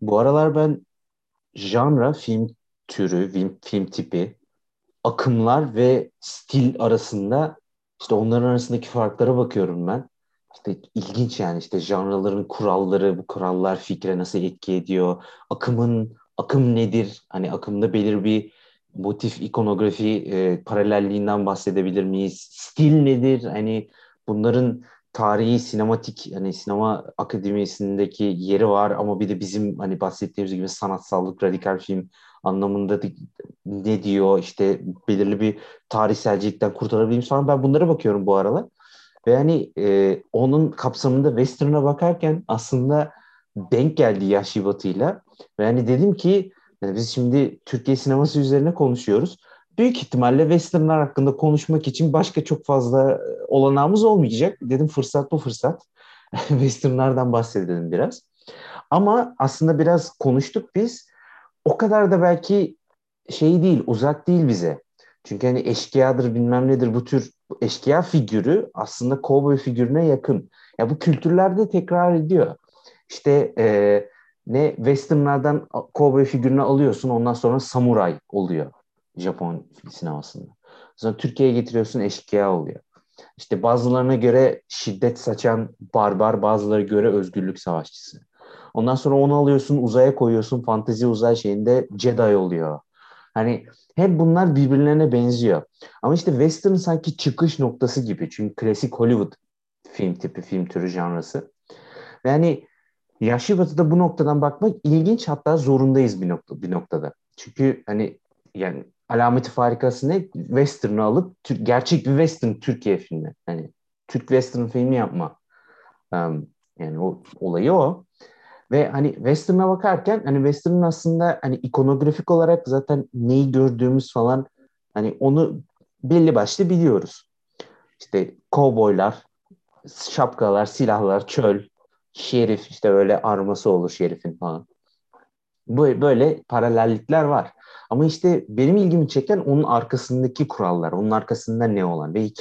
Bu aralar ben janra, film türü, film tipi, akımlar ve stil arasında işte onların arasındaki farklara bakıyorum ben. İşte ilginç yani işte janraların kuralları, bu kurallar fikre nasıl etki ediyor? Akım nedir? Hani akımda belir bir motif, ikonografi, paralelliğinden bahsedebilir miyiz? Stil nedir? Hani bunların tarihi, sinematik, hani sinema akademisindeki yeri var ama bir de bizim hani bahsettiğimiz gibi sanatsallık, radikal film anlamında ne diyor işte belirli bir tarihselcilikten kurtarabilir miyim falan ben bunlara bakıyorum bu aralar. Ve hani onun kapsamında Western'a bakarken aslında denk geldi Yahşi Batı'yla. Ve hani dedim ki yani biz şimdi Türkiye sineması üzerine konuşuyoruz. Büyük ihtimalle Western'lar hakkında konuşmak için başka çok fazla olanağımız olmayacak. Dedim fırsat bu fırsat. Western'lardan bahsedelim biraz. Ama aslında biraz konuştuk biz. O kadar da belki şey değil, uzak değil bize. Çünkü hani eşkıyadır bilmem nedir bu tür eşkıya figürü aslında kovboy figürüne yakın. Ya bu kültürlerde tekrar ediyor. İşte ne westernlardan kovboy figürünü alıyorsun ondan sonra samuray oluyor Japon sinemasında. Sonra Türkiye'ye getiriyorsun eşkıya oluyor. İşte bazılarına göre şiddet saçan barbar, bazıları göre özgürlük savaşçısı. Ondan sonra onu alıyorsun uzaya koyuyorsun fantezi uzay şeyinde Jedi oluyor. Hani hep bunlar birbirlerine benziyor. Ama işte Western sanki çıkış noktası gibi. Çünkü klasik Hollywood film tipi, film türü janrası. Ve hani Yaşlı Batı'da bu noktadan bakmak ilginç hatta zorundayız bir noktada. Çünkü hani yani alameti farikası ne? Western'ı alıp gerçek bir Western Türkiye filmi. Hani Türk Western filmi yapma. Yani o olayı o. Ve hani Western'a bakarken hani Western'ın aslında hani ikonografik olarak zaten neyi gördüğümüz falan hani onu belli başlı biliyoruz. İşte kovboylar, şapkalar, silahlar, çöl, şerif işte böyle arması olur şerifin falan. Böyle paralellikler var. Ama işte benim ilgimi çeken onun arkasındaki kurallar, onun arkasında ne olan ve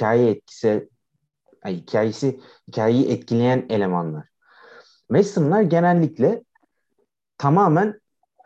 hikayeyi etkileyen elemanlar. Western'lar genellikle tamamen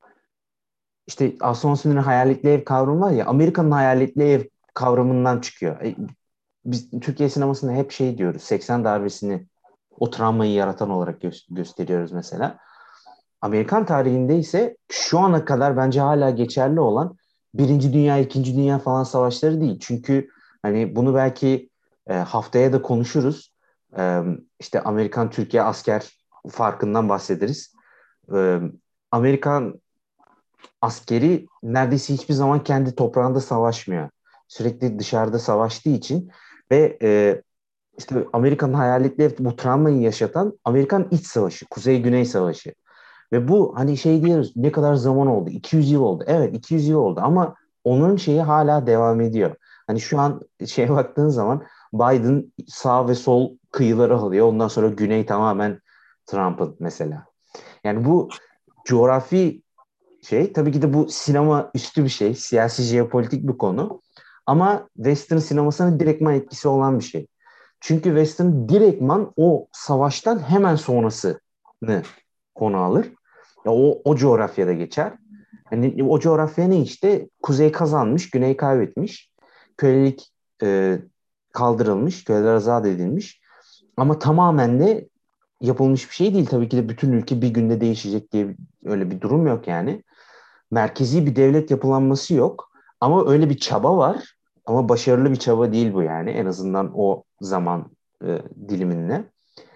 işte Alfonso'nun hayaletli ev kavramı var ya Amerika'nın hayaletli ev kavramından çıkıyor. Biz Türkiye sinemasında hep şey diyoruz 80 darbesini o travmayı yaratan olarak gösteriyoruz mesela. Amerikan tarihinde ise şu ana kadar bence hala geçerli olan Birinci Dünya, İkinci Dünya falan savaşları değil. Çünkü hani bunu belki haftaya da konuşuruz. İşte Amerikan-Türkiye asker farkından bahsederiz. E, Amerikan askeri neredeyse hiçbir zaman kendi toprağında savaşmıyor. Sürekli dışarıda savaştığı için ve işte Amerika'nın hayaletleri bu travmayı yaşatan Amerikan İç Savaşı, Kuzey-Güney Savaşı. Ve bu hani şey diyoruz ne kadar zaman oldu? 200 yıl oldu. Evet 200 yıl oldu ama onun şeyi hala devam ediyor. Hani şu an şeye baktığın zaman Biden sağ ve sol kıyıları alıyor. Ondan sonra güney tamamen Trump'ın mesela. Yani bu coğrafi şey tabii ki de bu sinema üstü bir şey. Siyasi jeopolitik bir konu. Ama Western sinemasının direktman etkisi olan bir şey. Çünkü Western direktman o savaştan hemen sonrasını konu alır. Ya o coğrafyada geçer. Yani o coğrafya ne işte? Kuzey kazanmış, güney kaybetmiş. Kölelik kaldırılmış, köleler azat edilmiş. Ama tamamen de yapılmış bir şey değil. Tabii ki de bütün ülke bir günde değişecek diye öyle bir durum yok yani. Merkezi bir devlet yapılanması yok. Ama öyle bir çaba var. Ama başarılı bir çaba değil bu yani. En azından o zaman diliminde.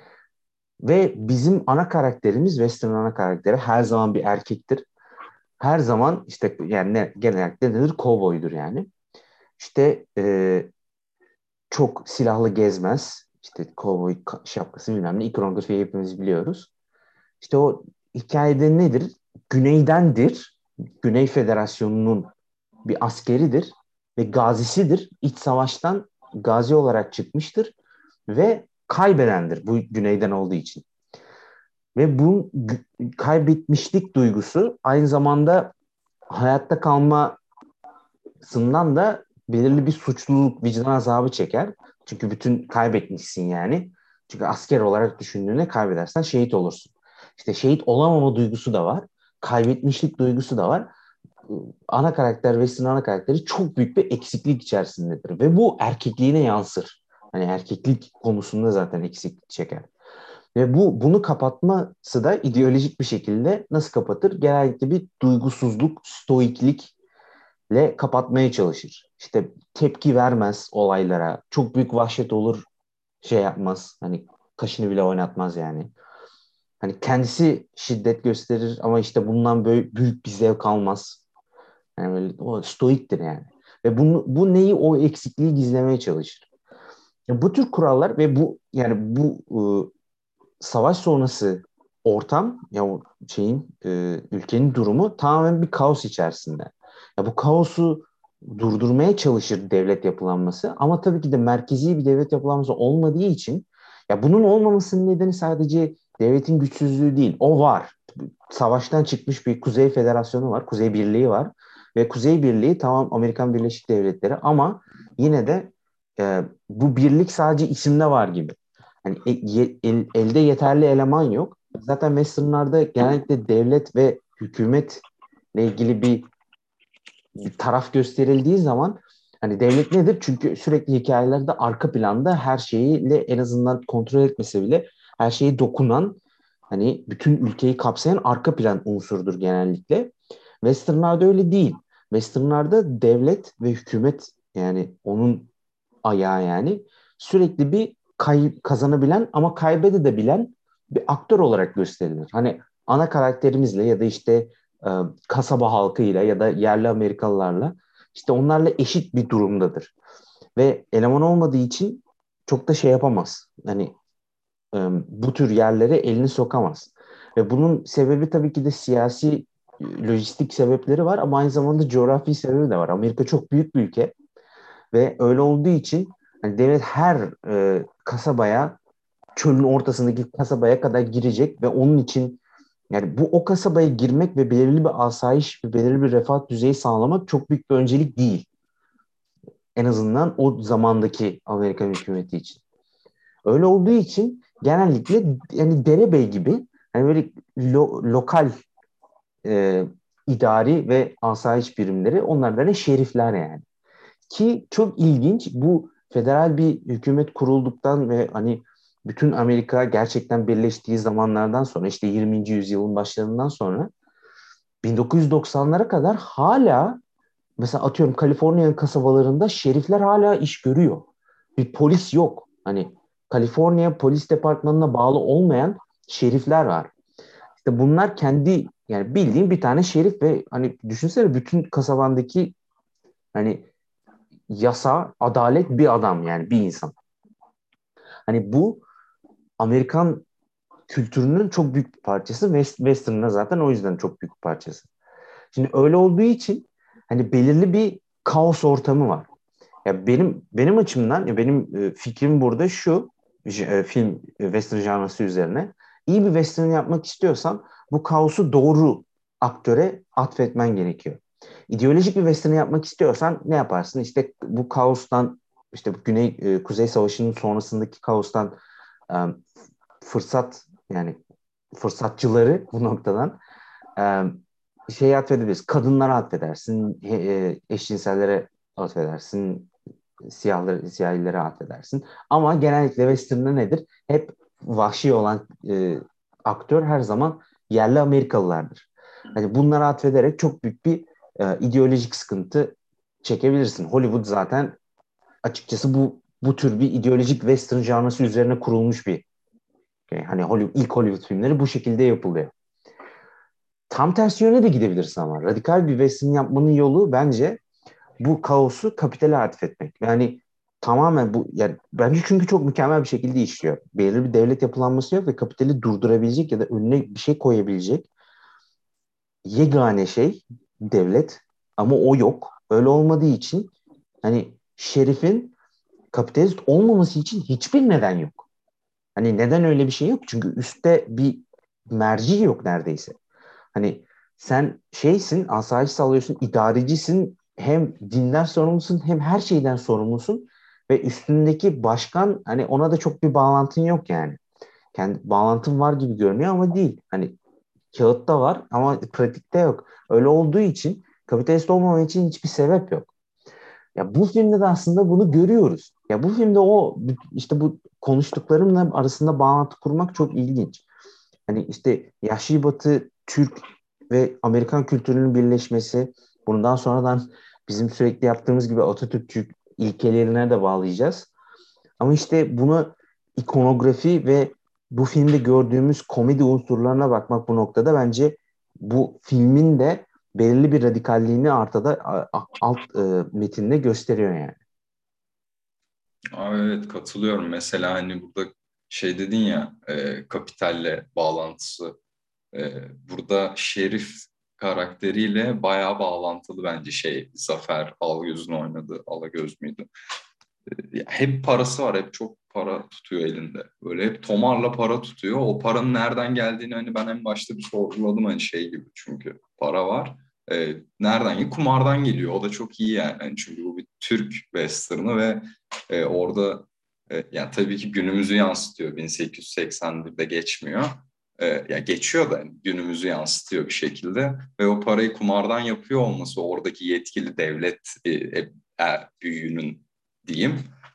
Ve bizim ana karakterimiz, Western ana karakteri her zaman bir erkektir. Her zaman işte yani genellikle nedir? Kovboydur yani. İşte çok silahlı gezmez. İşte kovboy şapkası bilmem ne. İkonografiyi hepimiz biliyoruz. İşte o hikayede nedir? Güneydendir. Güney Federasyonu'nun bir askeridir ve gazisidir. İç savaştan gazi olarak çıkmıştır ve kaybedendir bu güneyden olduğu için. Ve bu kaybetmişlik duygusu aynı zamanda hayatta kalmasından da belirli bir suçluluk, vicdan azabı çeker. Çünkü bütün kaybetmişsin yani. Çünkü asker olarak düşündüğünde kaybedersen şehit olursun. İşte şehit olamama duygusu da var. kaybetmişlik duygusu da var. Ana karakter, Western ana karakteri çok büyük bir eksiklik içerisindedir. Ve bu erkekliğine yansır. Hani erkeklik konusunda zaten eksiklik çeker. Ve bunu kapatması da ideolojik bir şekilde nasıl kapatır? Genellikle bir duygusuzluk, stoiklikle kapatmaya çalışır. İşte tepki vermez olaylara. Çok büyük vahşet olur, şey yapmaz. Hani kaşını bile oynatmaz yani. Hani kendisi şiddet gösterir ama işte bundan böyle büyük bir zevk almaz. Yani böyle, o stoiktir yani. Ve bu neyi, o eksikliği gizlemeye çalışır. Ya bu tür kurallar ve bu yani bu savaş sonrası ortam, ya o ülkenin durumu tamamen bir kaos içerisinde. Ya bu kaosu durdurmaya çalışır devlet yapılanması ama tabii ki de merkezi bir devlet yapılanması olmadığı için, ya bunun olmamasının nedeni sadece devletin güçsüzlüğü değil. O var. Savaştan çıkmış bir Kuzey Federasyonu var, Kuzey Birliği var ve Kuzey Birliği tamam Amerikan Birleşik Devletleri ama yine de bu birlik sadece isimde var gibi. Hani elde yeterli eleman yok. Zaten Western'larda genellikle devlet ve hükümetle ilgili bir taraf gösterildiği zaman hani devlet nedir? Çünkü sürekli hikayelerde arka planda her şeyiyle en azından kontrol etmese bile her şeyi dokunan, hani bütün ülkeyi kapsayan arka plan unsurdur genellikle. Western'larda öyle değil. Western'larda devlet ve hükümet, yani onun ayağı yani, sürekli bir kazanabilen ama kaybedebilen bir aktör olarak gösterilir. Hani ana karakterimizle ya da işte kasaba halkıyla ya da yerli Amerikalılarla, işte onlarla eşit bir durumdadır. Ve eleman olmadığı için çok da şey yapamaz. Hani bu tür yerlere elini sokamaz. Ve bunun sebebi tabii ki de siyasi, lojistik sebepleri var ama aynı zamanda coğrafi sebebi de var. Amerika çok büyük bir ülke ve öyle olduğu için hani devlet her kasabaya, çölün ortasındaki kasabaya kadar girecek ve onun için yani bu o kasabaya girmek ve belirli bir asayiş ve belirli bir refah düzeyi sağlamak çok büyük bir öncelik değil. En azından o zamandaki Amerikan hükümeti için. Öyle olduğu için genellikle yani derebey gibi hani böyle lokal e, idari ve asayiş birimleri, onlardan da şerifler yani. Ki çok ilginç, bu federal bir hükümet kurulduktan ve hani bütün Amerika gerçekten birleştiği zamanlardan sonra, işte 20. yüzyılın başlarından sonra 1990'lara kadar hala mesela atıyorum Kaliforniya'nın kasabalarında şerifler hala iş görüyor. Bir polis yok. Hani Kaliforniya Polis Departmanı'na bağlı olmayan şerifler var. İşte bunlar kendi, yani bildiğin bir tane şerif ve hani düşünsene bütün kasabandaki hani yasa, adalet bir adam, yani bir insan. Hani bu Amerikan kültürünün çok büyük bir parçası. Western'da zaten o yüzden çok büyük bir parçası. Şimdi öyle olduğu için hani belirli bir kaos ortamı var. Ya benim açımdan, ya benim fikrim burada şu, film western janrası üzerine. İyi bir western yapmak istiyorsan bu kaosu doğru aktöre atfetmen gerekiyor. İdeolojik bir western yapmak istiyorsan ne yaparsın? İşte bu kaostan, işte bu Kuzey Savaşı'nın sonrasındaki kaostan e, fırsat, yani fırsatçıları bu noktadan şeye atfedebiliriz. Kadınlara atfedersin, eşcinsellere atfedersin, siyahilere atfedersin. Ama genellikle Western'da nedir? Hep vahşi olan aktör her zaman yerli Amerikalılardır. Hani bunlara atfederek çok büyük bir ideolojik sıkıntı çekebilirsin. Hollywood zaten açıkçası bu tür bir ideolojik Western janrası üzerine kurulmuş bir hani ilk Hollywood filmleri bu şekilde yapılıyor. Tam tersi yöne de gidebilirsin ama. Radikal bir Western yapmanın yolu bence bu kaosu kapitale atfetmek. Yani tamamen bu, yani bence çünkü çok mükemmel bir şekilde işliyor. Belirli bir devlet yapılanması yok ve kapitali durdurabilecek ya da önüne bir şey koyabilecek yegane şey devlet. Ama o yok. Öyle olmadığı için hani şerifin kapitalist olmaması için hiçbir neden yok. Hani neden öyle bir şey yok? Çünkü üstte bir merci yok neredeyse. Hani sen şeysin, asayiş sağlıyorsun, idarecisin, hem dinden sorumlusun hem her şeyden sorumlusun ve üstündeki başkan, hani ona da çok bir bağlantın yok yani. Kendi bağlantın var gibi görünüyor ama değil. Hani kağıtta var ama pratikte yok. Öyle olduğu için kapitalist olmaman için hiçbir sebep yok. Ya bu filmde de aslında bunu görüyoruz. Ya bu filmde o işte bu konuştuklarımla arasında bağlantı kurmak çok ilginç. Hani işte Yahşi Batı, Türk ve Amerikan kültürünün birleşmesi, bundan sonradan bizim sürekli yaptığımız gibi Atatürkçü ilkelerine de bağlayacağız. Ama işte bunu ikonografi ve bu filmde gördüğümüz komedi unsurlarına bakmak bu noktada bence bu filmin de belirli bir radikalliğini alt metinde gösteriyor yani. Aa, evet, katılıyorum. Mesela hani burada şey dedin ya, kapitalle bağlantısı. Burada Şerif karakteriyle bayağı bağlantılı bence şey, Zafer Algöz'ün oynadığı, Alagöz müydü? Hep parası var, hep çok para tutuyor elinde. Böyle hep tomarla para tutuyor. O paranın nereden geldiğini hani ben en başta bir sorguladım, hani şey gibi, çünkü para var. Nereden geliyor? Kumardan geliyor. O da çok iyi yani. Yani çünkü bu bir Türk western'ı ve orada yani tabii ki günümüzü yansıtıyor. 1881'de geçmiyor. Ya geçiyor da yani günümüzü yansıtıyor bir şekilde ve o parayı kumardan yapıyor olması, oradaki yetkili devlet büyüğünün diyeyim.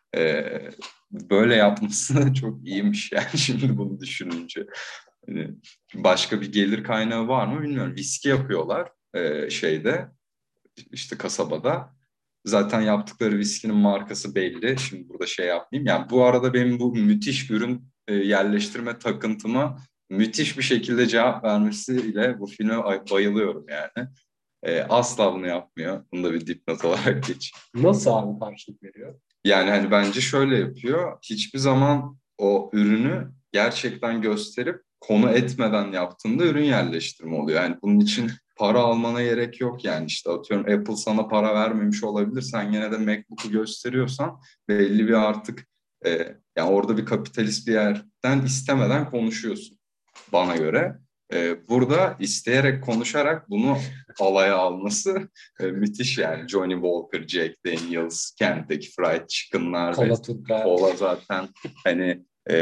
Böyle yapması çok iyiymiş yani şimdi bunu düşününce. Hani başka bir gelir kaynağı var mı bilmiyorum. Viski yapıyorlar şeyde, işte kasabada. Zaten yaptıkları viskinin markası belli. Şimdi burada şey yapmayayım. Yani bu arada benim bu müthiş ürün yerleştirme takıntıma müthiş bir şekilde cevap vermesiyle bu filme bayılıyorum yani. Asla bunu yapmıyor. Bunu da bir dipnot olarak geç. Nasıl abi karşılık veriyor? Yani hani bence şöyle yapıyor. Hiçbir zaman o ürünü gerçekten gösterip konu etmeden yaptığında ürün yerleştirme oluyor. Yani bunun için para almana gerek yok yani, işte atıyorum Apple sana para vermemiş olabilir. Sen yine de MacBook'u gösteriyorsan belli bir artık yani orada bir kapitalist bir yerden istemeden konuşuyorsun bana göre. Burada isteyerek konuşarak bunu alaya alması müthiş yani. Johnny Walker, Jack Daniels, Kentucky Fried Chicken'lar ve Kola Turka. kola zaten hani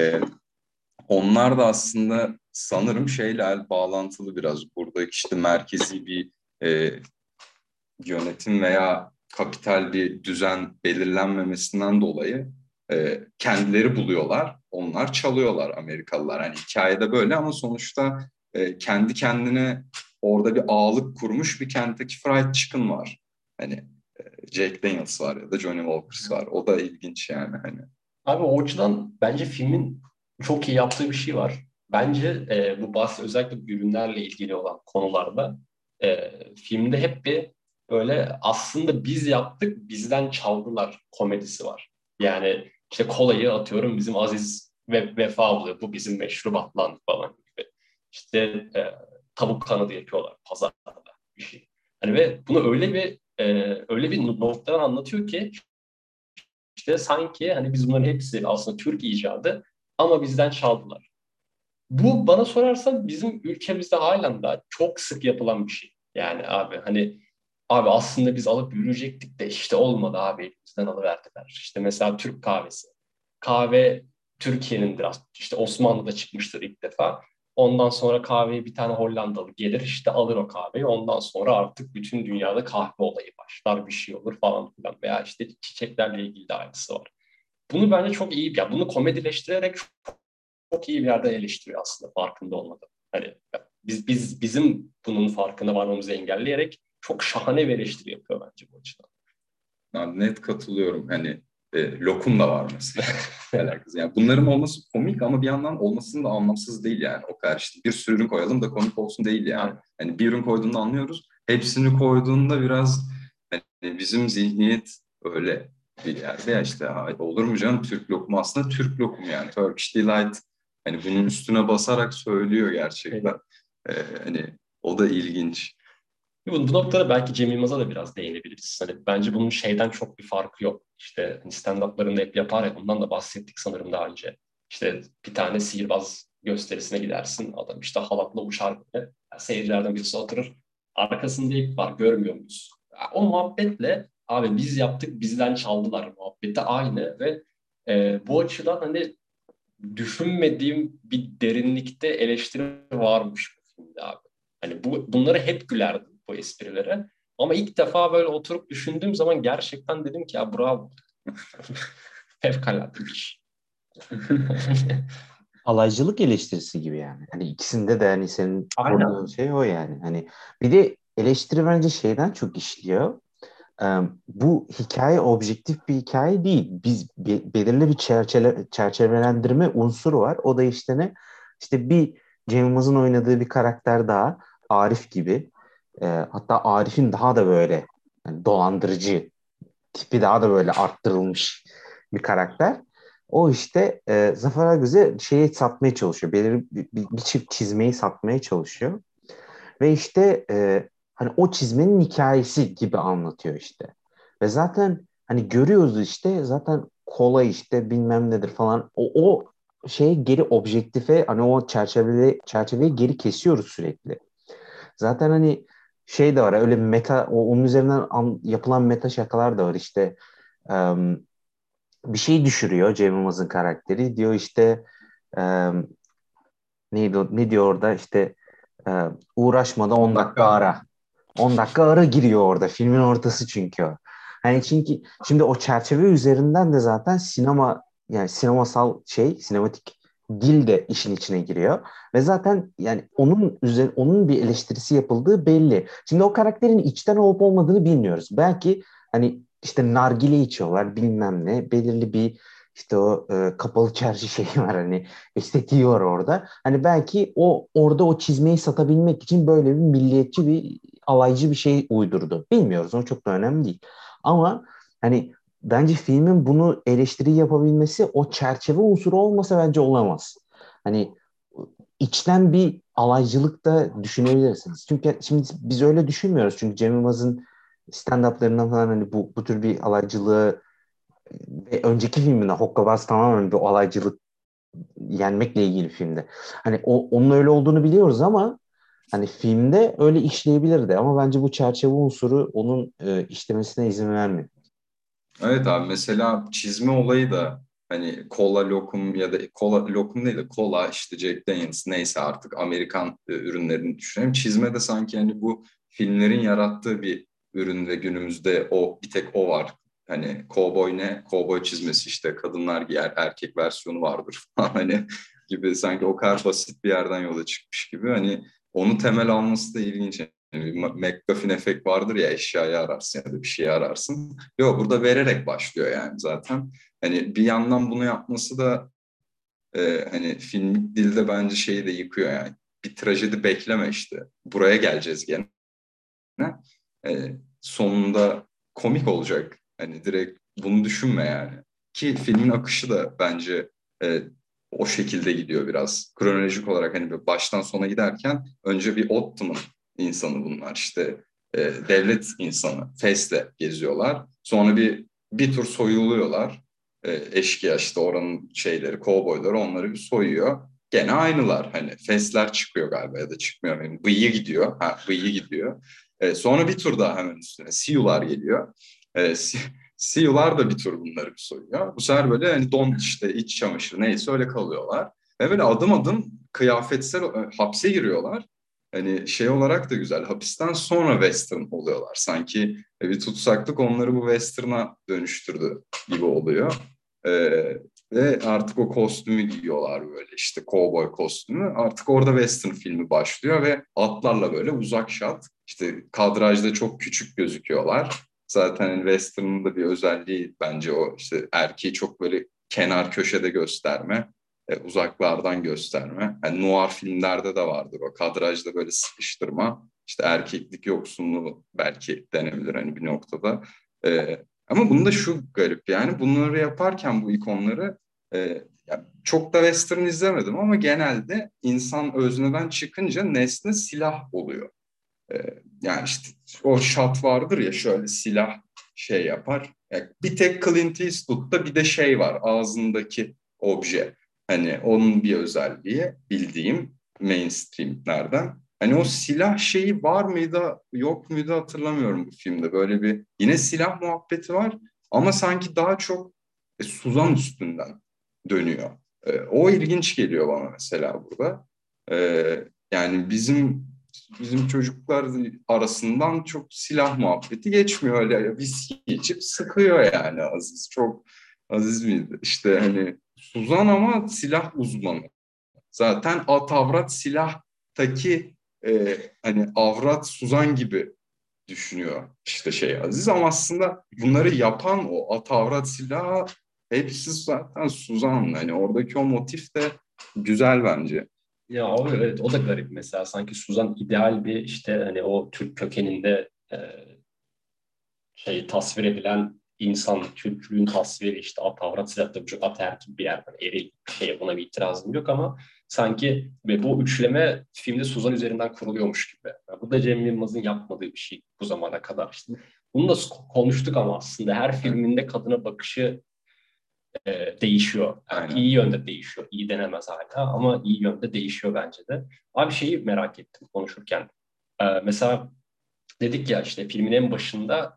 onlar da aslında sanırım şeyle bağlantılı biraz. Buradaki işte merkezi bir e, yönetim veya kapital bir düzen belirlenmemesinden dolayı kendileri buluyorlar. Onlar çalıyorlar, Amerikalılar. Hani hikayede böyle ama sonuçta kendi kendine orada bir ağlık kurmuş bir Kentucky Fried Chicken var. Hani Jack Daniels var ya da Johnny Walkers var. O da ilginç yani hani. Abi o açıdan bence filmin çok iyi yaptığı bir şey var. Bence bu bahs özellikle ürünlerle ilgili olan konularda filmde hep bir böyle aslında biz yaptık bizden çaldılar komedisi var. Yani işte kolayı atıyorum bizim Aziz ve Vefa buluyor. Bu bizim meşrubatlan falan gibi. İşte tavuk kanadı yapıyorlar pazarda bir şey. Hani ve bunu öyle bir noktadan anlatıyor ki işte sanki hani biz bunların hepsi aslında Türk icadı ama bizden çaldılar. Bu bana sorarsan bizim ülkemizde halen daha çok sık yapılan bir şey. Yani abi hani abi aslında biz alıp yürüyecektik de işte olmadı abi elimizden alıverdiler. İşte mesela Türk kahvesi. Kahve Türkiye'nin biraz işte Osmanlı'da çıkmıştır ilk defa. Ondan sonra kahveyi bir tane Hollandalı gelir işte alır o kahveyi. Ondan sonra artık bütün dünyada kahve olayı başlar bir şey olur falan filan. Veya işte çiçeklerle ilgili de aynısı var. Bunu bence çok iyi ya bunu komedileştirerek çok iyi bir yerde eleştiriyor aslında farkında olmadan. Hani bizim bunun farkına varmamızı engelleyerek çok şahane bir eleştiri yapıyor bence bu açıdan. Ben net katılıyorum. Hani lokum da var mesela. Alakası. Yani bunların olması komik ama bir yandan olmasının da anlamsız değil yani. O kadar işte bir sürü ürün koyalım da komik olsun değil yani. Yani, Hani bir ürün koyduğunda anlıyoruz. Hepsini koyduğunda biraz hani bizim zihniyet öyle bir yerde ya, işte olur mu canım, Türk lokumu aslında Türk lokumu yani. Turkish Delight hani bunun üstüne basarak söylüyor gerçekten. Hani o da ilginç. bu noktada belki Cem Yılmaz'a da biraz değinebiliriz. Hani bence bunun şeyden çok bir farkı yok. İşte hani stand-up'larında hep yapar ya, bundan da bahsettik sanırım daha önce. İşte bir tane sihirbaz gösterisine gidersin. Adam işte halatla uçar böyle. Yani seyircilerden birisi oturur. Arkasında ip var, görmüyor muyuz? Yani o muhabbetle abi biz yaptık bizden çaldılar muhabbeti aynı ve bu açıdan hani düşünmediğim bir derinlikte eleştiri varmış bu filmde abi. Hani bunları hep gülerdim, bu esprilere. Ama ilk defa böyle oturup düşündüğüm zaman gerçekten dedim ki ya bravo. Fevkalade bir iş. Alaycılık eleştirisi gibi yani. Hani ikisinde de hani senin kurduğun Aynen. şey o yani. Hani bir de eleştiri bence şeyden çok işliyor. Bu hikaye objektif bir hikaye değil. Biz belirli bir çerçevelendirme unsuru var. O da işte ne? İşte bir Cem Yılmaz'ın oynadığı bir karakter daha Arif gibi. Hatta Arif'in daha da böyle yani dolandırıcı tipi daha da böyle arttırılmış bir karakter. O işte Zafer Algöz'e şeyi satmaya çalışıyor. Belirli bir çift çizmeyi satmaya çalışıyor. Ve işte hani o çizmenin hikayesi gibi anlatıyor işte. Ve zaten hani görüyoruz işte zaten kolay işte bilmem nedir falan. O şeye geri objektife hani o çerçeveyi geri kesiyoruz sürekli. Zaten hani şey de var öyle meta onun üzerinden yapılan meta şakalar da var işte. Em, Bir şey düşürüyor Cem Yılmaz'ın karakteri. Diyor işte ne diyor orada işte e, uğraşma da 10 10 dakika dakika ara. ara. 10 dakika ara giriyor orada. Filmin ortası çünkü o. Hani çünkü şimdi o çerçeve üzerinden de zaten sinema yani sinemasal şey, sinematik dil de işin içine giriyor. Ve zaten yani onun bir eleştirisi yapıldığı belli. Şimdi o karakterin içten olup olmadığını bilmiyoruz. Belki hani işte nargile içiyorlar bilmem ne. Belirli bir işte o kapalı çarşı şeyi var hani estetiği var orada. Hani belki orada o çizmeyi satabilmek için böyle bir milliyetçi bir alaycı bir şey uydurdu. Bilmiyoruz. O çok da önemli değil. Ama hani bence filmin bunu eleştiri yapabilmesi o çerçeve unsuru olmasa bence olamaz. Hani içten bir alaycılık da düşünebilirsiniz. Çünkü şimdi biz öyle düşünmüyoruz. Çünkü Cem Yılmaz'ın stand-up'larından falan hani bu tür bir alaycılığı ve önceki filminde Hokkabaz tamamen bir alaycılık yenmekle ilgili filmde. Hani onun öyle olduğunu biliyoruz ama hani filmde öyle işleyebilirdi ama bence bu çerçeve unsuru onun işlemesine izin vermiyor. Evet abi, mesela çizme olayı da hani kola lokum ya da kola lokum değil de kola işte Jack Daniels neyse artık Amerikan ürünlerini düşünelim. Çizme de sanki hani bu filmlerin yarattığı bir ürün ve günümüzde bir tek o var. Hani kovboy ne? Kovboy çizmesi işte kadınlar giyer, erkek versiyonu vardır falan hani gibi, sanki o kadar basit bir yerden yola çıkmış gibi. Hani onu temel alması da ilginç. Yani bir McGuffin efekt vardır ya, eşyayı ararsın ya da bir şeyi ararsın. Yok, burada vererek başlıyor yani zaten. Hani bir yandan bunu yapması da hani film dilde bence şeyi de yıkıyor yani. Bir trajedi bekleme işte. Buraya geleceğiz gene. Sonunda komik olacak. Hani direkt bunu düşünme yani. Ki filmin akışı da bence e, o şekilde gidiyor biraz. Kronolojik olarak hani bir baştan sona giderken önce bir Ottoman insanı bunlar işte devlet insanı. Fes'le geziyorlar. Sonra bir tur soyuluyorlar. Eşkıya işte oranın şeyleri, kovboyları onları bir soyuyor. Gene aynılar hani Fesler çıkıyor galiba ya da çıkmıyor. Yani bıyığı gidiyor. Ha, bıyığı gidiyor. Sonra bir tur daha hemen üstüne Siyular geliyor. Siyular da bir tur bunları bir soyuyor. Bu sefer böyle hani don işte iç çamaşırı neyse öyle kalıyorlar. Ve böyle adım adım kıyafetsel hapse giriyorlar. Hani şey olarak da güzel. Hapisten sonra western oluyorlar. Sanki bir tutsaklık onları bu western'a dönüştürdü gibi oluyor. Ee, Ve artık o kostümü giyiyorlar böyle işte kovboy kostümü. Artık orada western filmi başlıyor ve atlarla böyle uzak şat. İşte kadrajda çok küçük gözüküyorlar. Zaten hani western'ın da bir özelliği bence o işte erkeği çok böyle kenar köşede gösterme, uzaklardan gösterme. Yani noir filmlerde de vardır o kadrajda böyle sıkıştırma. İşte erkeklik yoksunluğu belki denebilir hani bir noktada. Ama bunda şu garip yani bunları yaparken bu ikonları ya çok da western izlemedim ama genelde insan özneden çıkınca nesne silah oluyor. Yani işte o shot vardır ya şöyle silah şey yapar. Yani bir tek Clint Eastwood'da bir de şey var ağzındaki obje. Hani onun bir özelliği bildiğim mainstreamlerden. Hani o silah şeyi var mıydı yok muydu hatırlamıyorum bu filmde. Böyle bir yine silah muhabbeti var ama sanki daha çok Suzan üstünden dönüyor. O ilginç geliyor bana mesela burada. Yani bizim bizim çocuklar arasından çok silah muhabbeti geçmiyor, öyle viski içip sıkıyor yani Aziz. Çok Aziz miydi? İşte hani Suzan ama silah uzmanı. Zaten at avrat silahtaki hani avrat Suzan gibi düşünüyor işte şey Aziz, ama aslında bunları yapan o at avrat silahı hepsi zaten Suzan. Hani oradaki o motif de güzel bence. Ya abi evet, o da garip mesela. Sanki Suzan ideal bir işte hani o Türk kökeninde şey tasvir edilen insan, Türklüğün tasviri işte at avrat silah, tabii çok ataerkil bir yerden eril şey, buna bir itirazım yok ama sanki ve bu üçleme filmde Suzan üzerinden kuruluyormuş gibi. Yani bu da Cem Yılmaz'ın yapmadığı bir şey bu zamana kadar işte. Bunu da konuştuk ama aslında her filminde kadına bakışı değişiyor. Yani Aynen. iyi yönde değişiyor. İyi denemez hala ama iyi yönde değişiyor bence de. Abi şeyi merak ettim konuşurken. Mesela dedik ya işte filmin en başında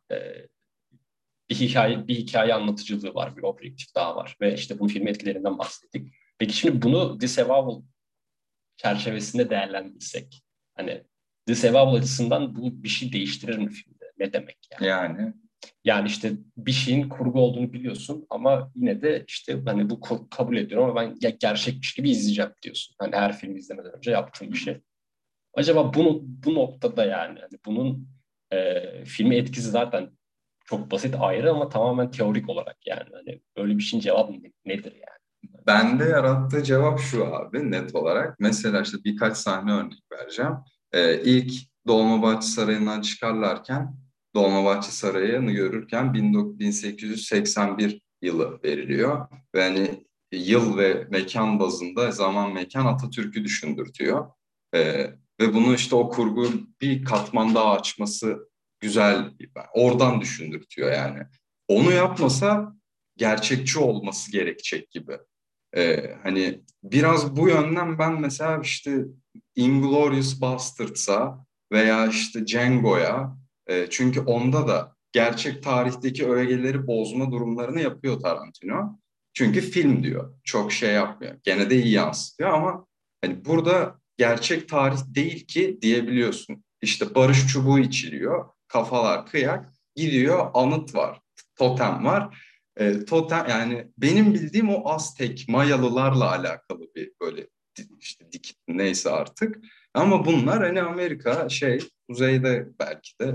bir hikaye anlatıcılığı var, bir objektif daha var ve işte bu film etkilerinden bahsettik. Peki şimdi bunu Disavowal çerçevesinde değerlendirirsek, hani Disavowal açısından bu bir şey değiştirir mi filmde? Ne demek yani? Yani Yani işte bir şeyin kurgu olduğunu biliyorsun ama yine de işte hani bu kabul ediyorum ama ben gerçekmiş gibi izleyeceğim diyorsun. Hani her filmi izlemeden önce yaptığım bir şey. Acaba bu noktada yani hani bunun filmi etkisi zaten çok basit ayrı ama tamamen teorik olarak yani hani böyle bir şeyin cevabı nedir yani? bende yarattığı cevap şu abi, net olarak. Mesela işte birkaç sahne örnek vereceğim. İlk Dolmabahçe Sarayı'ndan çıkarlarken Dolmabahçe Sarayı'nı görürken 1881 yılı veriliyor. Ve hani yıl ve mekan bazında zaman mekan Atatürk'ü düşündürtüyor. Ve bunu işte o kurgu bir katman daha açması güzel. Oradan düşündürtüyor yani. Onu yapmasa gerçekçi olması gerekecek gibi. Hani biraz bu yönden ben mesela işte Inglourious Basterds'a veya işte Django'ya, çünkü onda da gerçek tarihteki ögeleri bozma durumlarını yapıyor Tarantino. Çünkü film diyor. Çok şey yapmıyor. Gene de iyi yansıtıyor ama hani burada gerçek tarih değil ki diyebiliyorsun. İşte barış çubuğu içiliyor. Kafalar kıyak. Gidiyor, anıt var. Totem var. Totem, yani benim bildiğim o Aztek Mayalılarla alakalı bir böyle işte dikit neyse artık. Ama bunlar hani Amerika şey kuzeyde belki de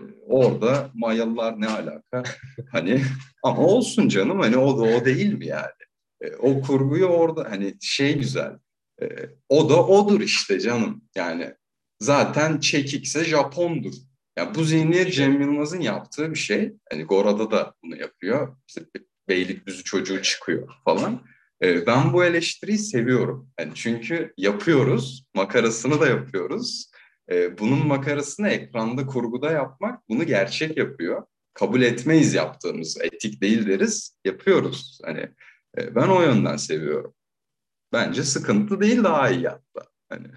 orada Mayalılar ne alaka hani, ama olsun canım, hani o da o değil mi yani? O kurguyu orada hani şey güzel. E, O da odur işte canım. Yani zaten çekikse Japondur. Ya bu zihniyet Cem Yılmaz'ın yaptığı bir şey. Hani Gora'da da bunu yapıyor. İşte Beylikdüzü çocuğu çıkıyor falan. Ben bu eleştiriyi seviyorum. Yani çünkü yapıyoruz, makarasını da yapıyoruz. Bunun makarasını ekranda, kurguda yapmak bunu gerçek yapıyor. Kabul etmeyiz yaptığımız, etik değil deriz, yapıyoruz. Hani ben o yönden seviyorum. Bence sıkıntı değil, daha iyi hatta. Hani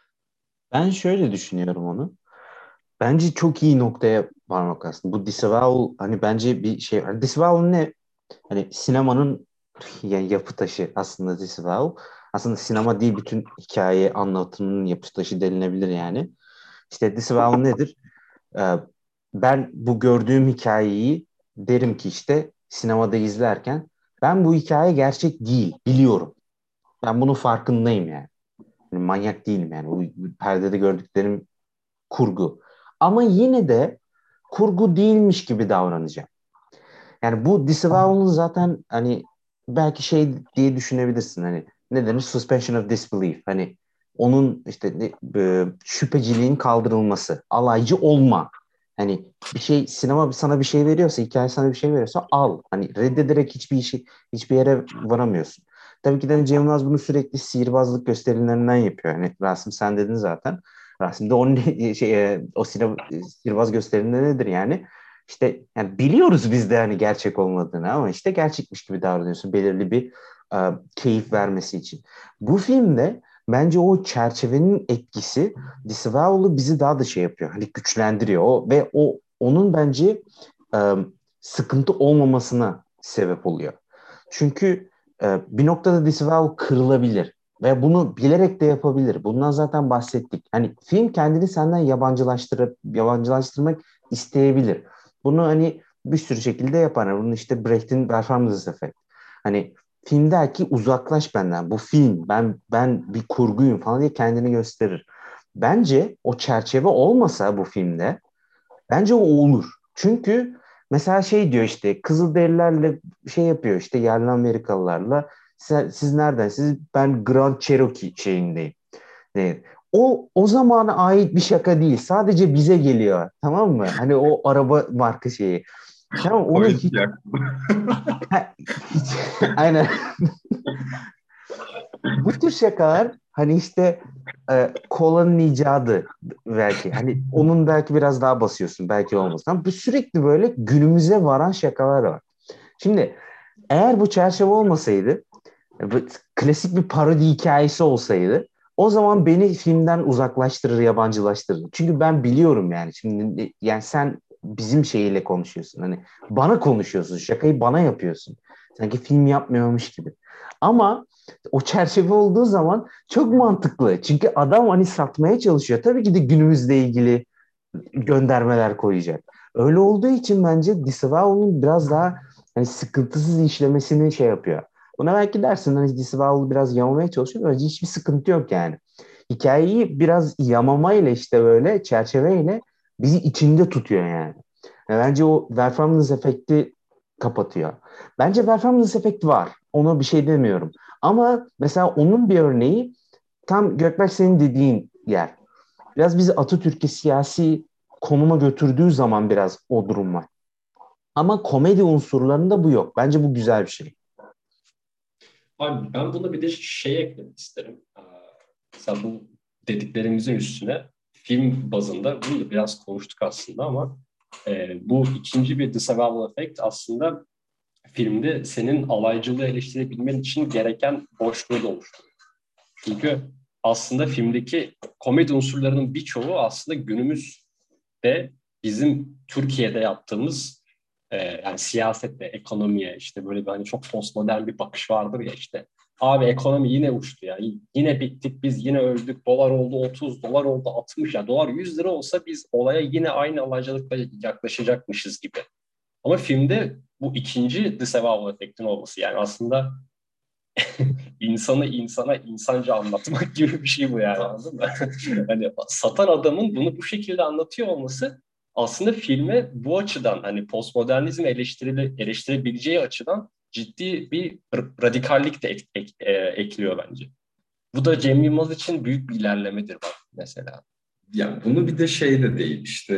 Ben şöyle düşünüyorum onu. Bence çok iyi noktaya parmak aslında. Bu Disavow hani bence bir şey var. Disavow ne? Hani sinemanın yani yapı taşı aslında Disavow. Aslında sinema değil, bütün hikaye anlatımının yapı taşı denilebilir yani. İşte Disavow nedir? Ee, Ben bu gördüğüm hikayeyi derim ki işte sinemada izlerken ben bu hikaye gerçek değil biliyorum. Ben bunun farkındayım yani. Yani manyak değilim yani. Bu perdede gördüklerim kurgu. Ama yine de kurgu değilmiş gibi davranacağım. Yani bu Disavowal'ın zaten hani belki şey diye düşünebilirsin, hani ne denir? Suspension of disbelief. Hani onun işte şüpheciliğin kaldırılması, alaycı olma. Hani bir şey, sinema sana bir şey veriyorsa, hikaye sana bir şey veriyorsa al. Hani reddederek hiçbir yere varamıyorsun. Tabii ki de Cem Yılmaz bunu sürekli sihirbazlık gösterilerinden yapıyor. Hani Rasim sen dedin zaten. Rasim de onun o sihirbaz gösterimleri nedir yani? İşte yani biliyoruz biz de hani gerçek olmadığını ama işte gerçekmiş gibi davranıyorsun belirli bir keyif vermesi için. Bu filmde bence o çerçevenin etkisi Disavowal'ı bizi daha da şey yapıyor. Hani güçlendiriyor ve onun bence e, sıkıntı olmamasına sebep oluyor. Çünkü bir noktada Disavow kırılabilir. Ve bunu bilerek de yapabilir. Bundan zaten bahsettik. Hani film kendini senden yabancılaştırmak isteyebilir. Bunu hani bir sürü şekilde yapar. Bunu işte Brecht'in performance effect. Hani film der ki uzaklaş benden. Bu film. Ben bir kurguyum falan diye kendini gösterir. Bence o çerçeve olmasa bu filmde bence o olur. Çünkü mesela şey diyor işte Kızılderililerle şey yapıyor işte yerli Amerikalılarla siz nereden? Ben Grand Cherokee şeyindeyim. Evet. O zamana ait bir şaka değil. Sadece bize geliyor. Tamam mı? Hani o araba marka şeyi. Tamam onu Point hiç, ya. hiç aynen. Bu tür şakalar hani işte kolanın icadı belki. Hani onun belki biraz daha basıyorsun. Belki olmaz. Ama bu sürekli böyle günümüze varan şakalar var. Şimdi eğer bu çerçeve olmasaydı bu klasik bir parodi hikayesi olsaydı o zaman beni filmden uzaklaştırır, yabancılaştırır. Çünkü ben biliyorum yani. Şimdi yani sen bizim şeyiyle konuşuyorsun. Hani bana konuşuyorsun. Şakayı bana yapıyorsun. Sanki film yapmıyormuş gibi. Ama o çerçeve olduğu zaman çok mantıklı. Çünkü adam hani satmaya çalışıyor. Tabii ki de günümüzle ilgili göndermeler koyacak. Öyle olduğu için bence Disavowal'ın biraz daha hani sıkıntısız işlemesini şey yapıyor. Buna belki dersin hani Disavowal'ı biraz yamamaya çalışıyor. Bence hiçbir sıkıntı yok yani. Hikayeyi biraz yamamayla işte böyle çerçeveyle bizi içinde tutuyor yani. Bence o performance efekti kapatıyor. Bence performance efekti var. Ona bir şey demiyorum. Ama mesela onun bir örneği tam Gökberk senin dediğin yer. Biraz bizi Atatürk'e siyasi konuma götürdüğü zaman biraz o durum var. Ama komedi unsurlarında bu yok. Bence bu güzel bir şey. Abi ben buna bir de şey eklemek isterim. Mesela bu dediklerimizin üstüne film bazında bunu da biraz konuştuk aslında ama bu ikinci bir disavowal effect aslında filmde senin alaycılığı eleştirebilmen için gereken boşluğu da oluşturuyor. Çünkü aslında filmdeki komedi unsurlarının birçoğu aslında günümüzde bizim Türkiye'de yaptığımız yani siyasette, ekonomiye işte böyle bir hani çok postmodern bir bakış vardır ya işte. Abi ekonomi yine uçtu ya. Yine bittik biz yine öldük. Dolar oldu 30, dolar oldu 60 ya. Dolar 100 lira olsa biz olaya yine aynı alaycılıkla yaklaşacakmışız gibi. Ama filmde bu ikinci disavowal efektin olması yani aslında insanı insana insanca anlatmak gibi bir şey bu yani anladın mı? Hani satan adamın bunu bu şekilde anlatıyor olması aslında filme bu açıdan hani postmodernizm eleştirebileceği açıdan ciddi bir radikallik de ekliyor bence. Bu da Cem Yılmaz için büyük bir ilerlemedir bak mesela. Ya bunu bir de şey de değil işte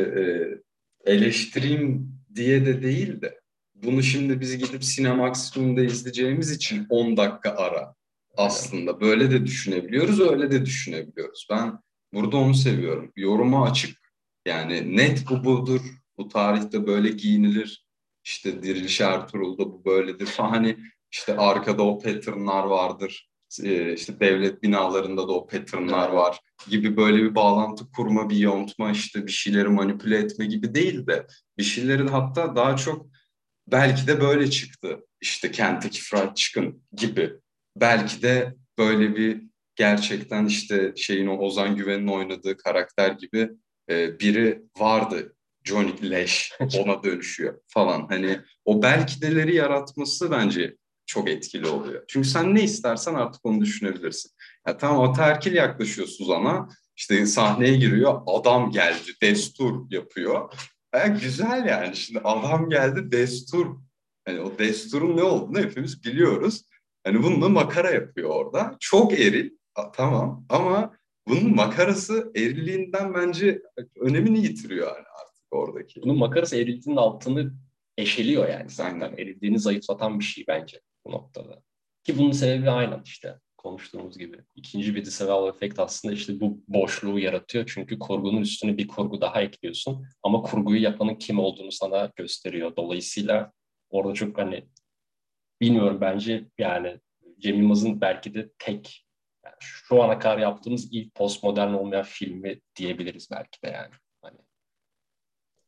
eleştireyim diye de değil de bunu şimdi biz gidip Sinemaksimum'da izleyeceğimiz için 10 dakika ara Aynen. aslında böyle de düşünebiliyoruz öyle de düşünebiliyoruz. Ben burada onu seviyorum. Yoruma açık yani net bu budur bu tarihte böyle giyinilir işte Diriliş Ertuğrul'da bu böyledir falan hani işte arkada o patternlar vardır. İşte devlet binalarında da o patternlar var gibi böyle bir bağlantı kurma, bir yontma, işte bir şeyleri manipüle etme gibi değil de bir şeyleri de hatta daha çok belki de böyle çıktı. İşte Kentucky Fried Chicken gibi. Belki de böyle bir gerçekten işte şeyin o Ozan Güven'in oynadığı karakter gibi biri vardı. Johnny Leş ona dönüşüyor falan. Hani o belki deleri yaratması bence çok etkili oluyor. Çünkü sen ne istersen artık onu düşünebilirsin. Ya tamam ataerkil yaklaşıyor Suzan'a. İşte sahneye giriyor. Adam geldi. Destur yapıyor. Güzel yani. Şimdi adam geldi destur. Hani o desturun ne olduğunu hepimiz biliyoruz. Hani bununla makara yapıyor orada. Çok eril. Tamam ama bunun makarası erilliğinden bence önemini yitiriyor yani artık oradaki. Bunun makarası erildiğinin altını eşeliyor yani zaten. Aynen. Erildiğini zayıflatan bir şey bence bu noktada. Ki bunun sebebi aynen işte konuştuğumuz gibi. İkinci bir disavowal efekt aslında işte bu boşluğu yaratıyor. Çünkü kurgunun üstüne bir kurgu daha ekliyorsun. Ama kurguyu yapanın kim olduğunu sana gösteriyor. Dolayısıyla orada çok hani bilmiyorum bence yani Cem Yılmaz'ın belki de tek yani şu ana kadar yaptığımız ilk postmodern olmayan filmi diyebiliriz belki de yani. Hani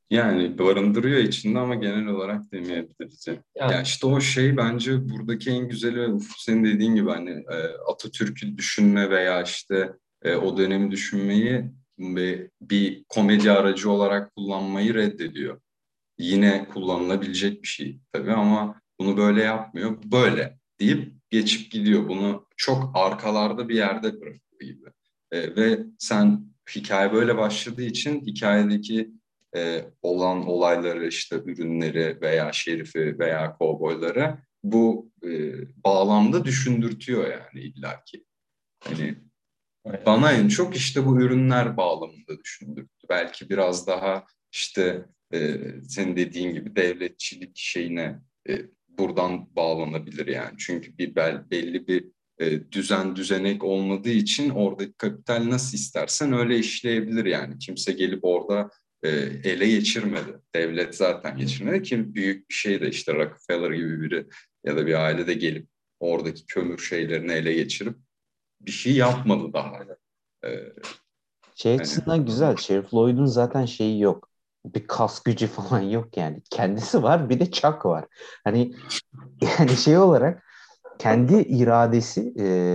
Yani barındırıyor içinde ama genel olarak demeyebiliriz. Ya Yani işte o şey bence buradaki en güzeli, senin dediğin gibi hani Atatürk'ü düşünme veya işte o dönemi düşünmeyi ve bir komedi aracı olarak kullanmayı reddediyor. Yine kullanılabilecek bir şey tabii ama bunu böyle yapmıyor. Böyle deyip geçip gidiyor. Bunu çok arkalarda bir yerde bırakıyor gibi. Ve sen hikaye böyle başladığı için hikayedeki olan olayları işte ürünleri veya şerifi veya kovboyları bu bağlamda düşündürtüyor yani illaki. Hani evet. bana en çok işte bu ürünler bağlamında düşündürttü. Belki biraz daha işte senin dediğin gibi devletçilik şeyine buradan bağlanabilir yani. Çünkü belli bir düzen düzenek olmadığı için oradaki kapital nasıl istersen öyle işleyebilir yani. Kimse gelip orada ele geçirmedi. Devlet zaten geçirmedi ki büyük bir şey de işte Rockefeller gibi biri ya da bir aile de gelip oradaki kömür şeylerini ele geçirip bir şey yapmadı daha. Ee, Şey hani açısından güzel. Sheriff Lloyd'un zaten şeyi yok. Bir kas gücü falan yok yani. Kendisi var, bir de Chuck var. Hani yani şey olarak kendi iradesi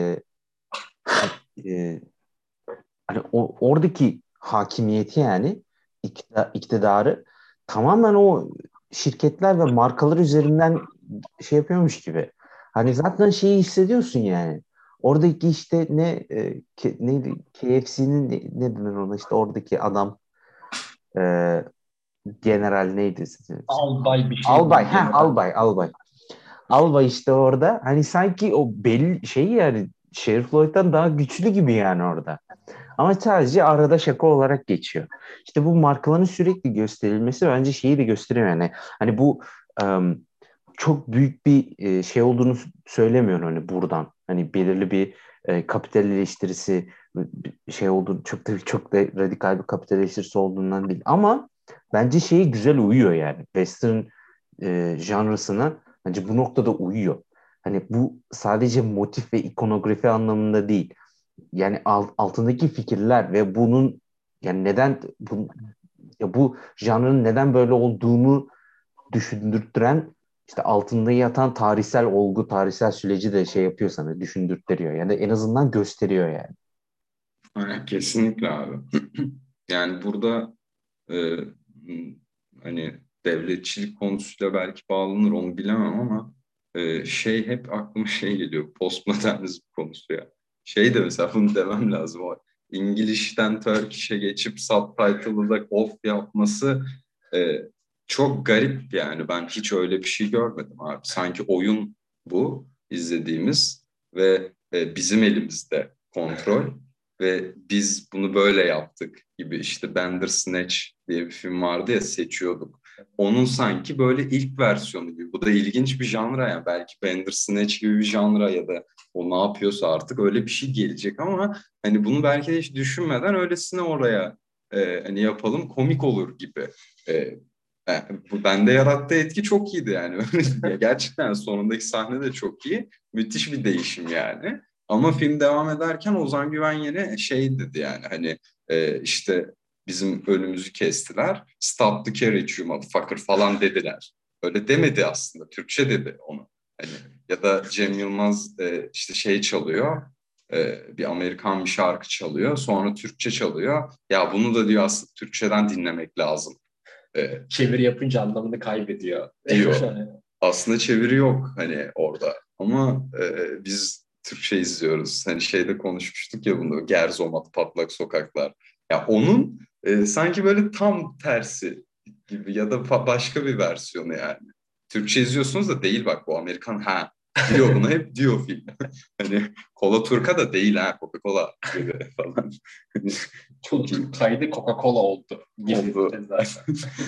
e, hani oradaki hakimiyeti yani iktidarı tamamen o şirketler ve markalar üzerinden şey yapıyormuş gibi. Hani zaten şeyi hissediyorsun yani. Oradaki işte neydi, KFC'nin ne denir ona, işte oradaki adam, e, general neydi? Albay bir şeydi, Albay, bir general. albay. Albay işte orada. Hani sanki o belli şey yani Sheriff Lloyd'dan daha güçlü gibi yani orada. Ama sadece arada şaka olarak geçiyor. İşte bu markaların sürekli gösterilmesi bence şeyi de gösteriyor yani. Hani bu em, çok büyük bir şey olduğunu söylemiyorum hani buradan. Hani belirli bir kapital eleştirisi bir şey olduğunu, çok da radikal bir kapital eleştirisi olduğundan değil. Ama bence şeyi güzel uyuyor yani. Western janrasına bence bu noktada uyuyor. Hani bu sadece motif ve ikonografi anlamında değil, yani altındaki fikirler ve bunun yani neden bu janrın neden böyle olduğunu düşündürttüren, işte altında yatan tarihsel olgu, tarihsel süreci de şey yapıyor, sana düşündürttürüyor. Yani en azından gösteriyor yani. aynen, kesinlikle abi. Yani burada e, hani devletçilik konusuyla belki bağlanır onu bilemem ama şey hep aklıma şey geliyor. Postmodernizm konusu ya. Şey de mesela bunu demem lazım. O İngiliz'den Turkish'e geçip subtitle'ı da off yapması e, çok garip yani. Ben hiç öyle bir şey görmedim abi. Sanki oyun bu izlediğimiz ve bizim elimizde kontrol ve biz bunu böyle yaptık gibi. İşte Bandersnatch diye bir film vardı ya, seçiyorduk. Onun sanki böyle ilk versiyonu gibi. Bu da ilginç bir janra yani. Belki Bandersnatch gibi bir janra ya da o ne yapıyorsa artık öyle bir şey gelecek ama hani bunu belki de hiç düşünmeden öylesine oraya hani yapalım komik olur gibi. E, Bu bende yarattığı etki çok iyiydi yani. Gerçekten sonundaki sahne de çok iyi. Müthiş bir değişim yani. Ama film devam ederken Ozan Güven yine şey dedi yani hani işte bizim önümüzü kestiler. Stop the carriage you motherfucker falan dediler. Öyle demedi aslında. Türkçe dedi onu. Hani ya da Cem Yılmaz işte şey çalıyor. Bir Amerikan bir şarkı çalıyor. Sonra Türkçe çalıyor. Ya bunu da diyor aslında Türkçeden dinlemek lazım Çeviri yapınca anlamını kaybediyor. diyor. Aslında çeviri yok hani orada. Ama biz Türkçe izliyoruz. Hani şeyde konuşmuştuk ya bunu. Gerzomat, Patlak Sokaklar. Ya onun sanki böyle tam tersi gibi ya da başka bir versiyonu yani. Türkçe izliyorsunuz da değil bak bu Amerikan ha diyor, bunu hep diyor film. Hani Kola Turka da değil ha, Coca-Cola gibi falan. Hani çok iyi Türk kaydı Coca-Cola oldu gibi oldu. tezler.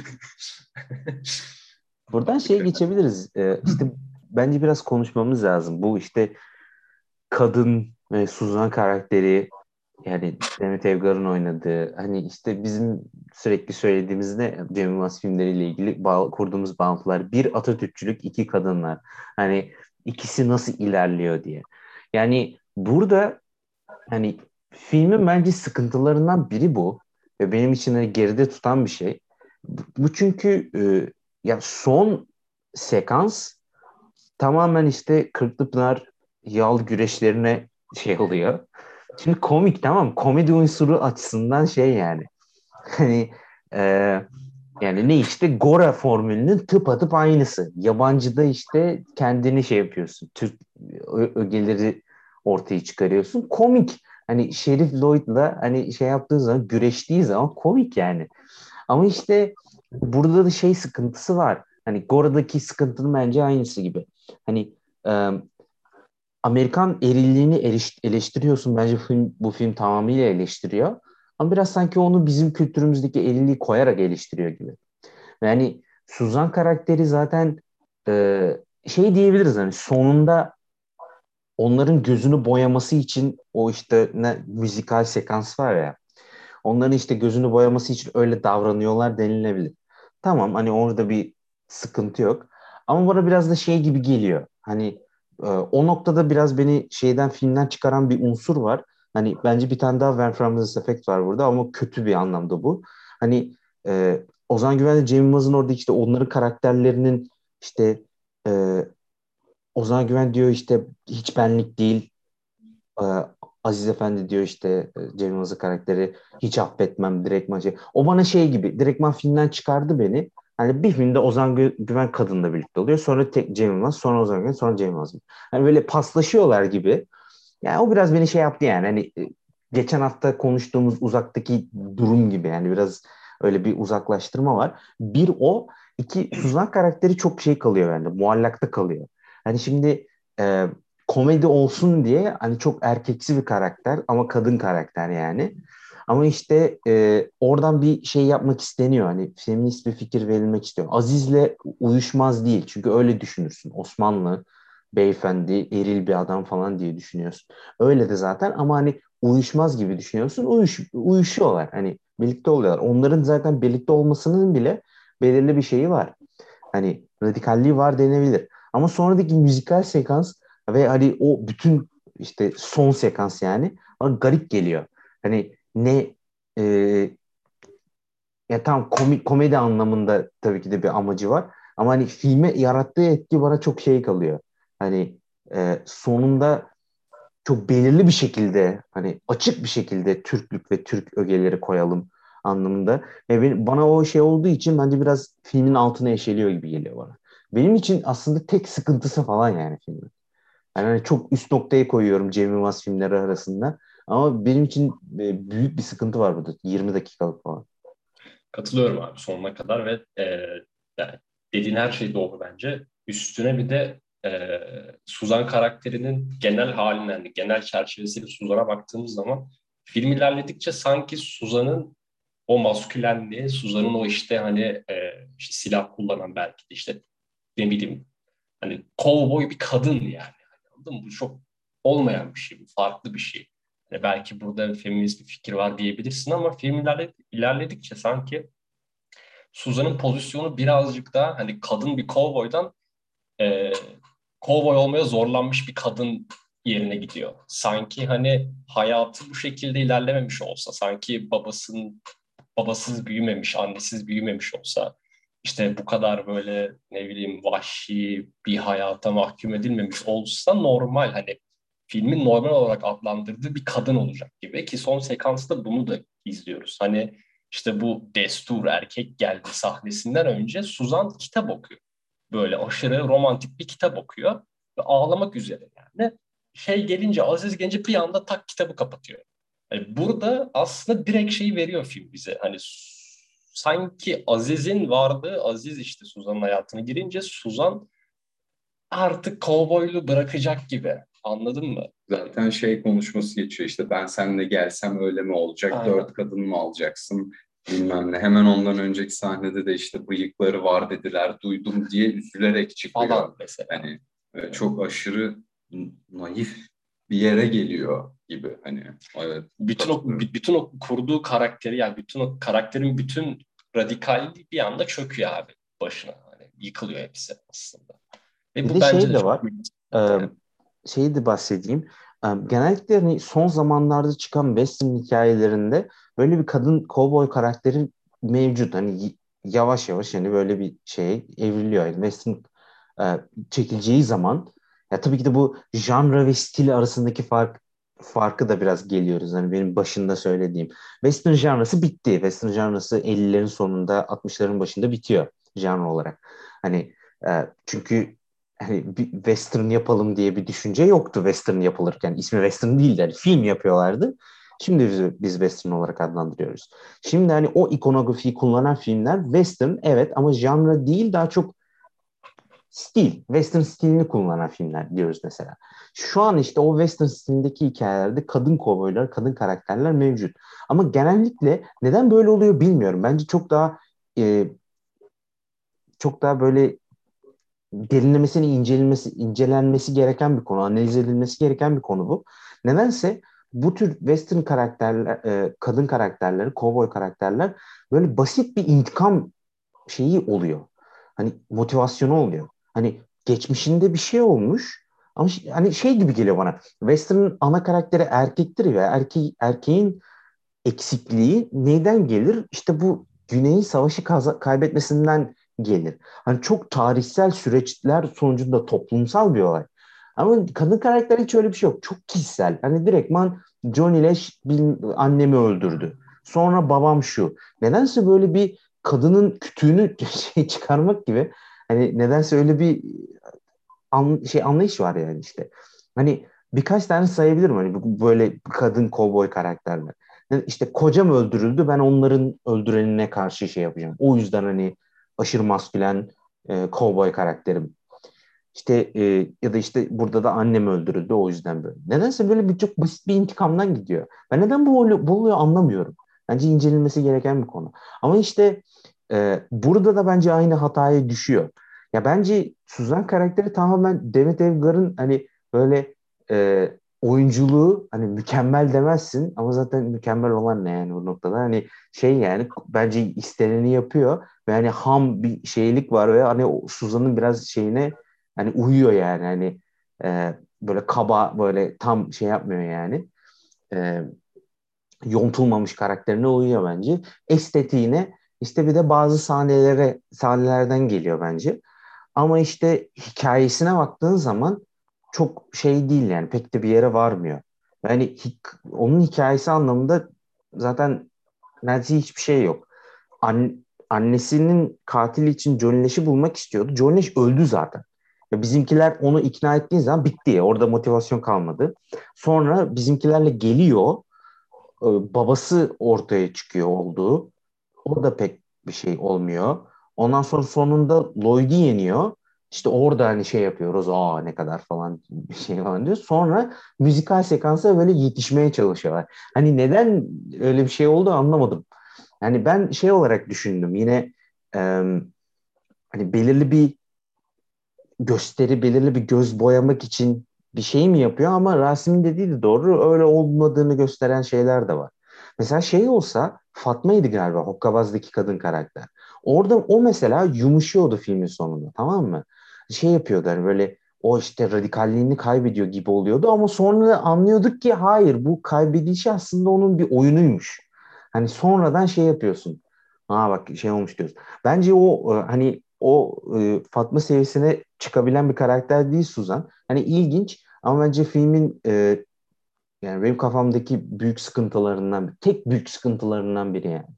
Buradan şeye geçebiliriz. İşte bence biraz konuşmamız lazım. Bu işte kadın ve Suzan karakteri, yani Demet Evgar'ın oynadığı, hani işte bizim sürekli söylediğimizde Cem Yılmaz filmleriyle ilgili kurduğumuz bağlantılar. Bir, Atatürkçülük, iki, kadınlar. Hani ikisi nasıl ilerliyor diye. Yani burada hani filmin bence sıkıntılarından biri bu ve benim için hani geride tutan bir şey. Bu çünkü ya son sekans tamamen işte Kırklıpınar yal güreşlerine şey oluyor. Şimdi komik, tamam, komedi unsuru açısından şey yani. Hani e, yani ne işte Gora formülünün tıpatıp aynısı. Yabancıda işte kendini şey yapıyorsun. Türk ögeleri ortaya çıkarıyorsun. Komik. Hani Şerif Lloyd'la hani şey yaptığı zaman, güreştiği zaman komik yani. Ama işte burada da şey sıkıntısı var. Hani Gora'daki sıkıntının bence aynısı gibi. Hani e, Amerikan erilliğini eleştiriyorsun. Bence bu film tamamıyla eleştiriyor. Ama biraz sanki onu bizim kültürümüzdeki erilliği koyarak eleştiriyor gibi. Yani Suzan karakteri zaten şey diyebiliriz, hani sonunda onların gözünü boyaması için o işte ne müzikal sekans var ya, onların işte gözünü boyaması için öyle davranıyorlar denilebilir. Tamam, hani orada bir sıkıntı yok. Ama bana biraz da şey gibi geliyor. Hani o noktada biraz beni şeyden, filmden çıkaran bir unsur var. Hani bence bir tane daha When From This Effect var burada ama kötü bir anlamda bu. Hani Ozan Güven'le Cem Yılmaz'ın orada işte onların karakterlerinin işte e, Ozan Güven diyor işte hiç benlik değil. Ee, Aziz Efendi diyor işte Cem Yılmaz'ın karakteri hiç affetmem direktman şey. O bana şey gibi direktman filmden çıkardı beni. Hani bir filmde Ozan Güven kadınla birlikte oluyor. Sonra tek Cem Yılmaz, sonra Ozan Güven, sonra Cem Yılmaz. Hani böyle paslaşıyorlar gibi. Yani o biraz beni şey yaptı yani. Hani geçen hafta konuştuğumuz uzaktaki durum gibi yani biraz öyle bir uzaklaştırma var. Bir o, iki Suzan karakteri çok şey kalıyor bende. Muallakta kalıyor. Hani şimdi e, komedi olsun diye hani çok erkeksi bir karakter ama kadın karakter yani. Ama işte oradan bir şey yapmak isteniyor. Hani feminist bir fikir verilmek istiyor. Aziz'le uyuşmaz değil. Çünkü öyle düşünürsün. Osmanlı beyefendi, eril bir adam falan diye düşünüyorsun. Öyle de zaten ama hani uyuşmaz gibi düşünüyorsun. Uyuşuyorlar. Hani birlikte oluyorlar. Onların zaten birlikte olmasının bile belirli bir şeyi var. Hani radikalliği var denebilir. Ama sonraki müzikal sekans ve hani o bütün işte son sekans yani bana garip geliyor. Hani ne ya tam komedi anlamında tabii ki de bir amacı var. Ama hani filme yarattığı etki bana çok şey kalıyor. Hani sonunda çok belirli bir şekilde hani açık bir şekilde Türklük ve Türk ögeleri koyalım anlamında. Ve bana o şey olduğu için bence biraz filmin altına eşeliyor gibi geliyor bana. Benim için aslında tek sıkıntısı falan yani filmin. Yani hani çok üst noktaya koyuyorum Cem Yılmaz filmleri arasında. Ama benim için büyük bir sıkıntı var burada. 20 dakikalık falan. Katılıyorum abi sonuna kadar ve yani dediğin her şey doğru bence. Üstüne bir de Suzan karakterinin genel halinden, yani genel çerçevesiyle Suzan'a baktığımız zaman film ilerledikçe sanki Suzan'ın o maskülenliği, Suzan'ın o işte hani işte silah kullanan belki de işte ne bileyim hani kovboy bir kadın yani. Anladın mı? Bu çok olmayan bir şey, bu farklı bir şey. Hani belki burada feminist bir fikir var diyebilirsin ama film ilerledikçe sanki Suzan'ın pozisyonu birazcık daha hani kadın bir kovboydan e, kovboy olmaya zorlanmış bir kadın yerine gidiyor. Sanki hani hayatı bu şekilde ilerlememiş olsa, sanki babasız büyümemiş, annesiz büyümemiş olsa, işte bu kadar böyle ne bileyim vahşi bir hayata mahkum edilmemiş olsa normal hani filmin normal olarak adlandırdığı bir kadın olacak gibi ki son sekansta bunu da izliyoruz. Hani işte bu destur erkek geldi sahnesinden önce Suzan kitap okuyor. Böyle aşırı romantik bir kitap okuyor ve ağlamak üzere yani. Şey gelince Aziz gelince bir anda tak kitabı kapatıyor. Yani burada aslında direkt şeyi veriyor film bize. Hani sanki Aziz'in varlığı, Aziz işte Suzan'ın hayatına girince Suzan artık kovboyluğu bırakacak gibi. Anladın mı? Zaten şey konuşması geçiyor işte ben seninle gelsem öyle mi olacak? Aynen. 4 kadın mı alacaksın? Bilmem ne. Hemen ondan önceki sahnede de işte bıyıkları var dediler duydum diye üzülerek çıkıyor. Falan mesela. Hani çok aşırı naif bir yere geliyor gibi hani. Evet. Bütün o kurduğu karakteri yani bütün o karakterin bütün radikalliği bir anda çöküyor abi başına. Hani yıkılıyor hepsi aslında. Ve Bir bu de bence şey de de çok var. büyük bir sıkıntı E, yani. Şeyi de bahsedeyim. Genellikle hani son zamanlarda çıkan western hikayelerinde böyle bir kadın kovboy karakteri mevcut. Hani yavaş yavaş hani böyle bir şey evriliyor. Yani Western e, çekileceği zaman ya tabii ki de bu janra ve stil arasındaki farkı da biraz geliyoruz. Hani benim başında söylediğim. Western janrası bitti. Western janrası 50'lerin sonunda 60'ların başında bitiyor janra olarak. Hani çünkü hani bir western yapalım diye bir düşünce yoktu western yapılırken. İsmi western değildi. Yani film yapıyorlardı. Şimdi biz western olarak adlandırıyoruz. Şimdi hani o ikonografiyi kullanan filmler western evet ama janra değil daha çok stil. Western stilini kullanan filmler diyoruz mesela. Şu an işte o western stilindeki hikayelerde kadın kovboylar, kadın karakterler mevcut. Ama genellikle neden böyle oluyor bilmiyorum. Bence e, çok daha böyle derinlemesine incelenmesi gereken bir konu, analiz edilmesi gereken bir konu bu. Nedense bu tür western karakterler, kadın karakterleri, kovboy karakterler böyle basit bir intikam şeyi oluyor. Hani motivasyonu oluyor. Hani geçmişinde bir şey olmuş ama hani şey gibi geliyor bana. Western'ın ana karakteri erkektir ya. Erkeğin eksikliği neyden gelir? İşte bu Güney'in savaşı kaybetmesinden gelir. Hani çok tarihsel süreçler sonucunda toplumsal bir olay. Ama kadın karakter hiç öyle bir şey yok. Çok kişisel. Hani direktman Johnny Leş annemi öldürdü. Sonra babam şu. Nedense böyle bir kadının kütüğünü şey çıkarmak gibi hani nedense öyle bir anlayış var yani işte. Hani birkaç tane sayabilirim hani böyle kadın kovboy karakterler. Yani işte kocam öldürüldü ben onların öldürenine karşı şey yapacağım. O yüzden hani aşırı maskülen kovboy karakterim. İşte ya da işte burada da annem öldürüldü o yüzden böyle. Nedense böyle bir çok basit bir intikamdan gidiyor. Ben neden bu oluyor anlamıyorum. Bence incelenmesi gereken bir konu. Ama işte burada da bence aynı hataya düşüyor. Ya bence Suzan karakteri tamamen Demet Evgar'ın hani böyle oyunculuğu hani mükemmel demezsin ama zaten mükemmel olan ne yani bu noktada hani şey yani bence isteneni yapıyor ve hani ham bir şeylik var ve hani Suzan'ın biraz şeyine hani uyuyor yani hani böyle kaba böyle tam şey yapmıyor yani. E, Yontulmamış karakterine uyuyor bence. Estetiğine işte bir de bazı sahnelerden geliyor bence. Ama işte hikayesine baktığın zaman çok şey değil yani pek de bir yere varmıyor. Yani onun hikayesi anlamında zaten neredeyse hiçbir şey yok. Annesinin katili için Johnny Leş'i bulmak istiyordu. Johnny Leş öldü zaten. Ya bizimkiler onu ikna ettiği zaman bitti. Orada motivasyon kalmadı. Sonra bizimkilerle geliyor. Babası ortaya çıkıyor olduğu. O da pek bir şey olmuyor. Ondan sonra sonunda Lloyd'i yeniyor. İşte orada hani şey yapıyoruz. Aa ne kadar falan bir şey falan diyor. Sonra müzikal sekansa böyle yetişmeye çalışıyorlar. Hani neden öyle bir şey oldu anlamadım. Yani ben şey olarak düşündüm. Yine e, hani belirli bir gösteri, belirli bir göz boyamak için bir şey mi yapıyor ama Rasim'in dediği de doğru. Öyle olmadığını gösteren şeyler de var. Mesela şey olsa Fatma'ydı galiba Hokkabaz'daki kadın karakter. Orada o mesela yumuşuyordu filmin sonunda tamam mı? Şey yapıyordu hani böyle o işte radikalliğini kaybediyor gibi oluyordu ama sonra anlıyorduk ki hayır bu kaybedişi aslında onun bir oyunuymuş. Hani sonradan şey yapıyorsun. Ha bak şey olmuş diyorsun. Bence o hani o Fatma seviyesine çıkabilen bir karakter değil Suzan. Hani ilginç ama bence filmin yani benim kafamdaki büyük sıkıntılarından, tek büyük sıkıntılarından biri yani.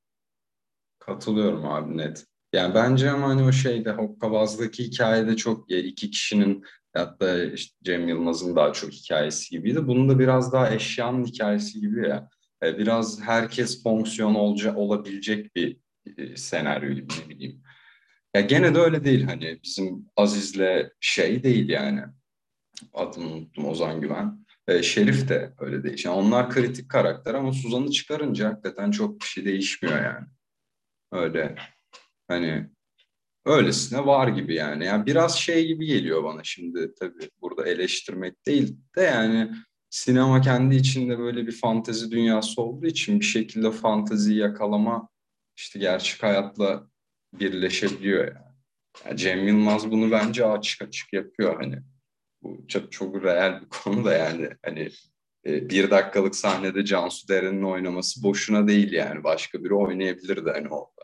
Katılıyorum abi net. Yani bence ama hani o şeyde Hokkabaz'daki hikayede çok ya iki kişinin hatta işte Cem Yılmaz'ın daha çok hikayesi gibiydi. Bunun da biraz daha eşyanın hikayesi gibi ya. Biraz herkes fonksiyon olabilecek bir senaryo gibi ne bileyim. Ya gene de öyle değil hani bizim Aziz'le şey değil yani. Adını unuttum Ozan Güven. Şerif de öyle değil. Yani onlar kritik karakter ama Suzan'ı çıkarınca hakikaten çok bir şey değişmiyor yani. Öyle hani öylesine var gibi yani. Yani biraz şey gibi geliyor bana şimdi tabii burada eleştirmek değil de yani sinema kendi içinde böyle bir fantezi dünyası olduğu için bir şekilde fanteziyi yakalama işte gerçek hayatla birleşebiliyor yani. Yani Cem Yılmaz bunu bence açık açık yapıyor hani. Bu çok, çok real bir konu da yani. Hani bir dakikalık sahnede Cansu Deren'in oynaması boşuna değil yani. Başka biri oynayabilirdi hani orada.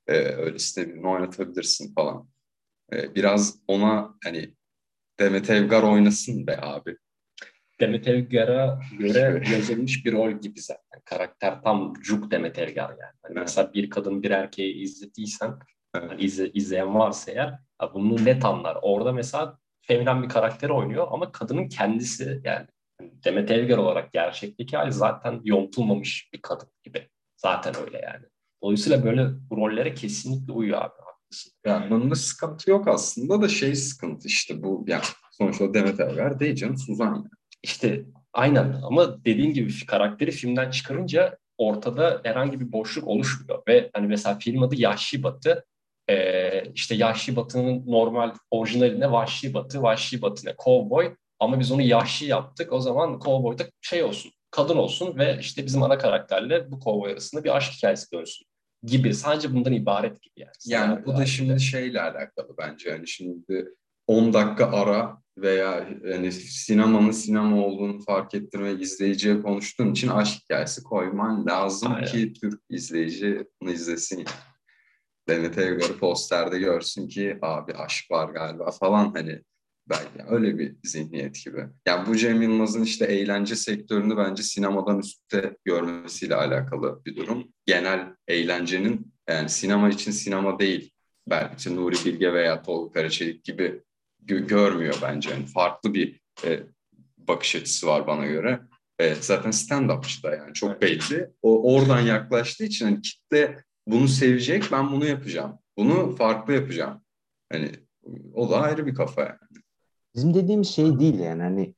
Öylesine birini oynatabilirsin falan. Biraz ona hani Demet Evgar oynasın be abi. Demet Evgar'a göre Şöyle. yazılmış bir rol gibi zaten. Karakter tam cuk Demet Evgar yani. Hani Evet. mesela bir kadın bir erkeği izlediysen, Evet. hani izleyen varsa eğer, bunu net anlar. Orada mesela feminen bir karakteri oynuyor ama kadının kendisi yani Demet Evgar olarak gerçekteki hali zaten yontulmamış bir kadın gibi. Zaten öyle yani. Dolayısıyla böyle bu rollere kesinlikle uyuyor abi. Haklısın. Yani bunda sıkıntı yok aslında da şey sıkıntı işte bu yani sonuçta Demet Evgar değil canım Suzan yani. İşte aynen ama dediğin gibi karakteri filmden çıkarınca ortada herhangi bir boşluk oluşmuyor. Ve hani mesela film adı Yahşi Batı. İşte Yahşi Batı'nın normal orijinaline Vahşi Batı, Vahşi Batı ne? Kovboy. Ama biz onu Yahşi yaptık. O zaman kovboy da şey olsun, kadın olsun ve işte bizim ana karakterle bu kovboy arasında bir aşk hikayesi dönsün gibi. Sadece bundan ibaret gibi yani. Yani bu da şimdi şeyle alakalı bence yani şimdi 10 dakika ara veya yani sinemanın sinema olduğunu fark ettirmek izleyiciye konuştuğun için aşk hikayesi koyman lazım Aynen. ki Türk izleyici bunu izlesin yani. Demet Evgar'ı posterde görsün ki abi aşk var galiba falan hani belki öyle bir zihniyet gibi. Yani bu Cem Yılmaz'ın işte eğlence sektörünü bence sinemadan üstte görmesiyle alakalı bir durum. Genel eğlencenin yani sinema için sinema değil. Belki Nuri Bilge veya Tolga Karaçelik gibi görmüyor bence. Yani farklı bir bakış açısı var bana göre. Zaten stand-upçı da yani çok belli. O oradan yaklaştığı için hani kitle bunu sevecek, ben bunu yapacağım. Bunu farklı yapacağım. Hani o da ayrı bir kafa yani. Bizim dediğimiz şey değil yani hani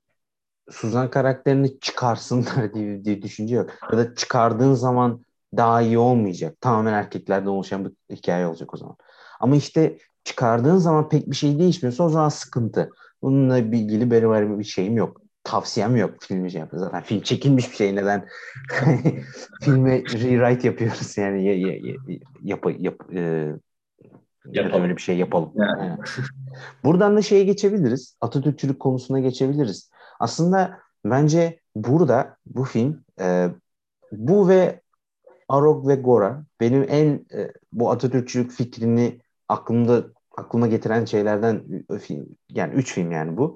Suzan karakterini çıkarsınlar diye düşünce yok. Ya da çıkardığın zaman daha iyi olmayacak. Tamamen erkeklerden oluşan bir hikaye olacak o zaman. Ama işte çıkardığın zaman pek bir şey değişmiyorsa o zaman sıkıntı. Bununla ilgili benim bir şeyim yok. Tavsiyem yok filmi şey yapıyor. Zaten film çekilmiş bir şey neden filme rewrite yapıyoruz yani ya da öyle Yapalım. bir şey yapalım. Yani Aynen. Buradan da şeye geçebiliriz. Atatürkçülük konusuna geçebiliriz. Aslında bence burada bu film bu ve Arog ve Gora benim en bu Atatürkçülük fikrini aklıma getiren şeylerden film yani üç film yani bu.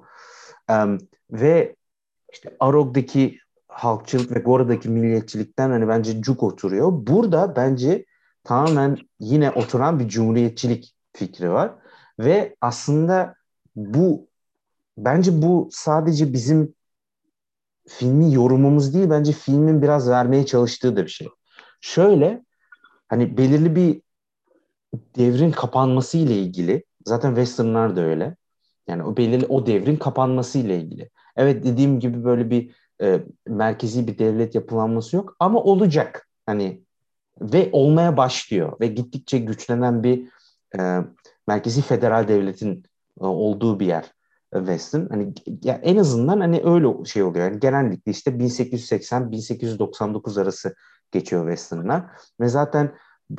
Ve işte Arog'daki halkçılık ve Gora'daki milliyetçilikten hani bence cuk oturuyor. Burada bence tamamen yine oturan bir cumhuriyetçilik fikri var. Ve aslında bu bence bu sadece bizim filmi yorumumuz değil, bence filmin biraz vermeye çalıştığı da bir şey. Şöyle hani belirli bir devrin kapanması ile ilgili zaten westernlar da öyle. Yani o belirli o devrin kapanması ile ilgili. Evet dediğim gibi böyle bir merkezi bir devlet yapılanması yok ama olacak. Hani ve olmaya başlıyor ve gittikçe güçlenen bir e, merkezi federal devletin olduğu bir yer Western. Hani ya en azından hani öyle şey oluyor. Yani genellikle işte 1880-1899 arası geçiyor Western'lar ve zaten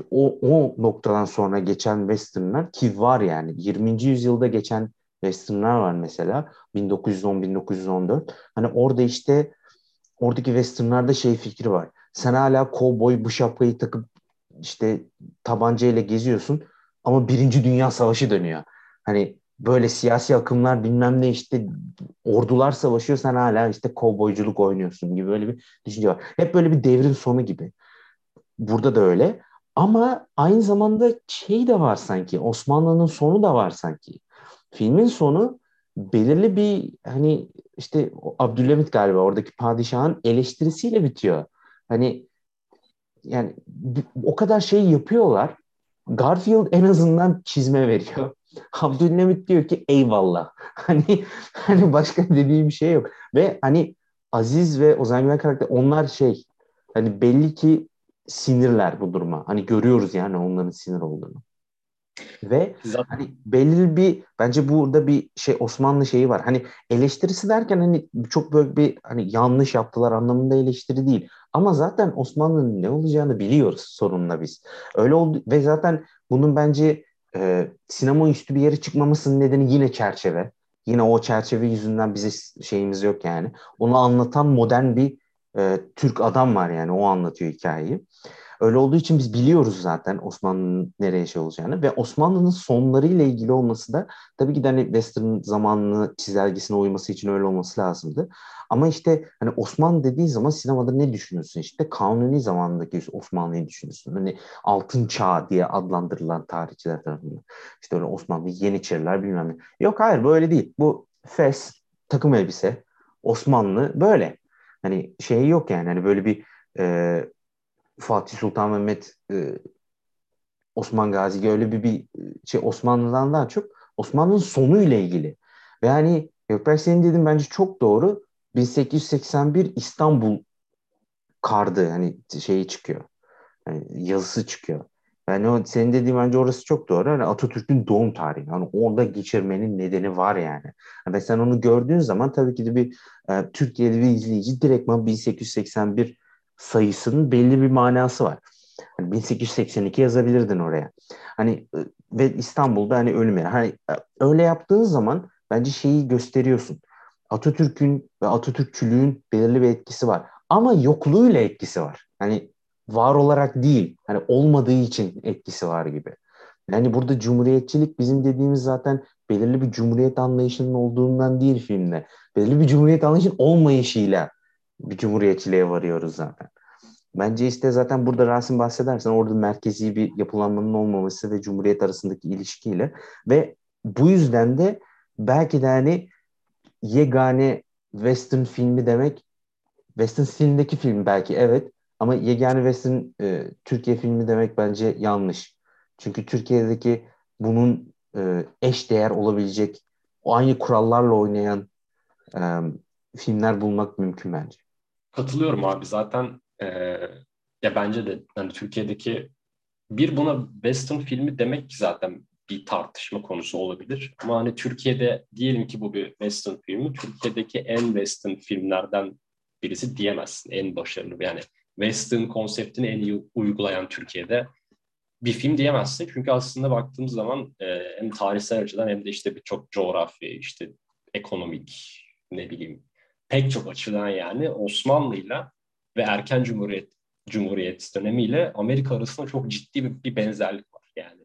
o noktadan sonra geçen Western'lar ki var yani 20. yüzyılda geçen Western'lar var mesela 1910-1914. Hani orada işte oradaki Western'larda şey fikri var. Sen hala kovboy bu şapkayı takıp işte tabancayla geziyorsun ama Birinci Dünya Savaşı dönüyor. Hani böyle siyasi akımlar bilmem ne işte ordular savaşıyor sen hala işte kovboyculuk oynuyorsun gibi böyle bir düşünce var. Hep böyle bir devrin sonu gibi. Burada da öyle. Ama aynı zamanda şey de var sanki. Osmanlı'nın sonu da var sanki. Filmin sonu belirli bir hani işte Abdülhamit galiba oradaki padişahın eleştirisiyle bitiyor. Hani yani o kadar şey yapıyorlar. Garfield en azından çizme veriyor. Abdülhamit diyor ki eyvallah. Hani başka dediği bir şey yok. Ve hani Aziz ve Ozan Güven karakter onlar şey hani belli ki sinirler bu duruma. Hani görüyoruz yani onların sinir olduğunu. Ve Zaten hani belirli bir bence burada bir şey Osmanlı şeyi var. Hani eleştirisi derken hani çok böyle bir hani yanlış yaptılar anlamında eleştiri değil. Ama zaten Osmanlı'nın ne olacağını biliyoruz sorunla biz. Öyle oldu ve zaten bunun bence sinema üstü bir yere çıkmamasının nedeni yine çerçeve. Yine o çerçeve yüzünden bize şeyimiz yok yani. Onu anlatan modern bir Türk adam var yani o anlatıyor hikayeyi. Öyle olduğu için biz biliyoruz zaten Osmanlı'nın nereye şey olacağını ve Osmanlı'nın sonlarıyla ilgili olması da tabii ki de hani Western zamanlı çizelgesine uyması için öyle olması lazımdı. Ama işte hani Osmanlı dediğin zaman sinemada ne düşünüyorsun? İşte Kanuni zamanındaki Osmanlı'yı düşünüyorsun. Hani Altın Çağ diye adlandırılan tarihçiler tarafından. İşte öyle Osmanlı, Yeniçeriler bilmem ne. Yok hayır böyle değil. Bu fes, takım elbise, Osmanlı böyle. Hani şey yok yani hani böyle bir Fatih Sultan Mehmet, Osman Gazi öyle bir şey Osmanlı'dan daha çok Osmanlı'nın sonuyla ilgili. Ve hani Gökberk senin dediğin bence çok doğru. 1881 İstanbul kardı hani şeyi çıkıyor. Yani yazısı çıkıyor. Yani o senin dediğin bence orası çok doğru. Hani Atatürk'ün doğum tarihi. Yani orada geçirmenin nedeni var yani. Ve sen onu gördüğün zaman tabii ki de bir Türkiye'li bir izleyici direktman 1881 sayısının belli bir manası var. Hani 1882 yazabilirdin oraya. Hani ve İstanbul'da hani ölüm yeri. Hani öyle yaptığın zaman bence şeyi gösteriyorsun. Atatürk'ün ve Atatürkçülüğün belirli bir etkisi var. Ama yokluğuyla etkisi var. Hani var olarak değil. Hani olmadığı için etkisi var gibi. Yani burada cumhuriyetçilik bizim dediğimiz zaten belirli bir cumhuriyet anlayışının olduğundan değil filmde. Belirli bir cumhuriyet anlayışının olmayışıyla bir cumhuriyetçiliğe varıyoruz zaten. Bence işte zaten burada Rasim bahsedersen orada merkezi bir yapılanmanın olmaması ve Cumhuriyet arasındaki ilişkiyle ve bu yüzden de belki de hani yegane Western filmi demek Western stilindeki film belki evet ama yegane Western Türkiye filmi demek bence yanlış. Çünkü Türkiye'deki bunun eş değer olabilecek aynı kurallarla oynayan e, filmler bulmak mümkün bence. Katılıyorum abi. Zaten ya bence de hani Türkiye'deki bir buna Western filmi demek ki zaten bir tartışma konusu olabilir. Ama hani Türkiye'de diyelim ki bu bir Western filmi. Türkiye'deki en Western filmlerden birisi diyemezsin. En başarılı yani Western konseptini en iyi uygulayan Türkiye'de bir film diyemezsin. Çünkü aslında baktığımız zaman hem tarihsel açıdan hem de işte birçok coğrafi, işte ekonomik, ne bileyim pek çok açıdan yani Osmanlı'yla ve erken Cumhuriyet dönemiyle Amerika arasında çok ciddi bir benzerlik var. Yani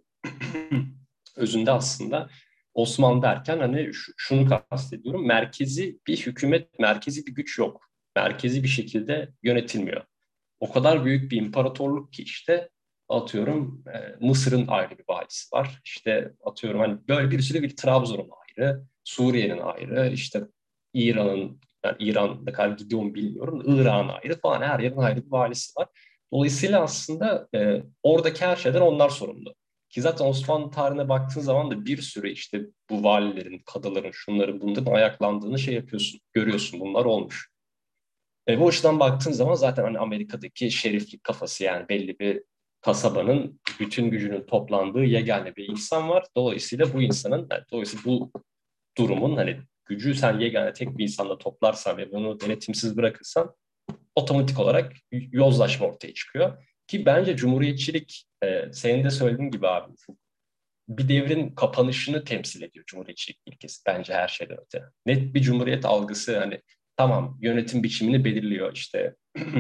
özünde aslında Osmanlı derken hani şunu kastediyorum. Merkezi bir hükümet, merkezi bir güç yok. Merkezi bir şekilde yönetilmiyor. O kadar büyük bir imparatorluk ki işte atıyorum Mısır'ın ayrı bir valisi var. İşte atıyorum hani böyle bir sürü bir Trabzon'un ayrı, Suriye'nin ayrı, işte İran'ın yani İran'da kadar gidiyor mu bilmiyorum. İran'ın ayrı falan her yerin ayrı bir valisi var. Dolayısıyla aslında oradaki her şeyden onlar sorumlu. Ki zaten Osmanlı tarihine baktığın zaman da bir sürü işte bu valilerin, kadıların, şunların bunların ayaklandığını şey yapıyorsun, görüyorsun bunlar olmuş. Bu açıdan baktığın zaman zaten hani Amerika'daki şeriflik kafası yani belli bir kasabanın bütün gücünün toplandığı yegane bir insan var. Dolayısıyla bu insanın, yani dolayısıyla bu durumun hani gücü sen yegane tek bir insanla toplarsan ve bunu denetimsiz bırakırsan otomatik olarak yozlaşma ortaya çıkıyor. Ki bence cumhuriyetçilik senin de söylediğin gibi abi bir devrin kapanışını temsil ediyor cumhuriyetçilik ilkesi bence her şeyden öte. Net bir cumhuriyet algısı hani tamam yönetim biçimini belirliyor işte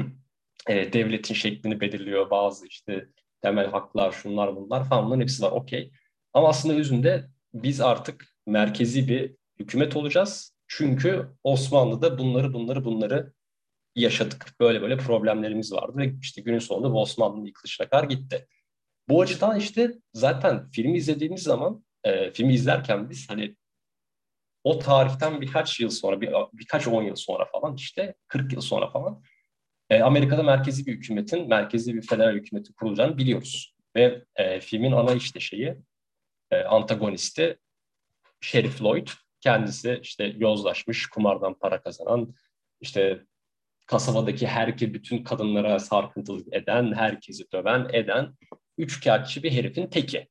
devletin şeklini belirliyor bazı işte temel haklar şunlar bunlar falan bunların hepsi var okey. Ama aslında özünde biz artık merkezi bir hükümet olacağız. Çünkü Osmanlı'da bunları yaşadık. Böyle böyle problemlerimiz vardı ve işte günün sonunda bu Osmanlı'nın yıkılışına kadar gitti. Bu açıdan işte zaten filmi izlediğimiz zaman filmi izlerken biz hani o tarihten birkaç yıl sonra birkaç 10 yıl sonra falan işte 40 yıl sonra falan Amerika'da merkezi bir hükümetin merkezi bir federal hükümetin kurulacağını biliyoruz. Ve filmin ana işte şeyi antagonisti Sheriff Lloyd kendisi işte yozlaşmış kumardan para kazanan işte kasabadaki bütün kadınlara sarkıntılık eden, herkesi döven, eden üçkağıtçı bir herifin teki.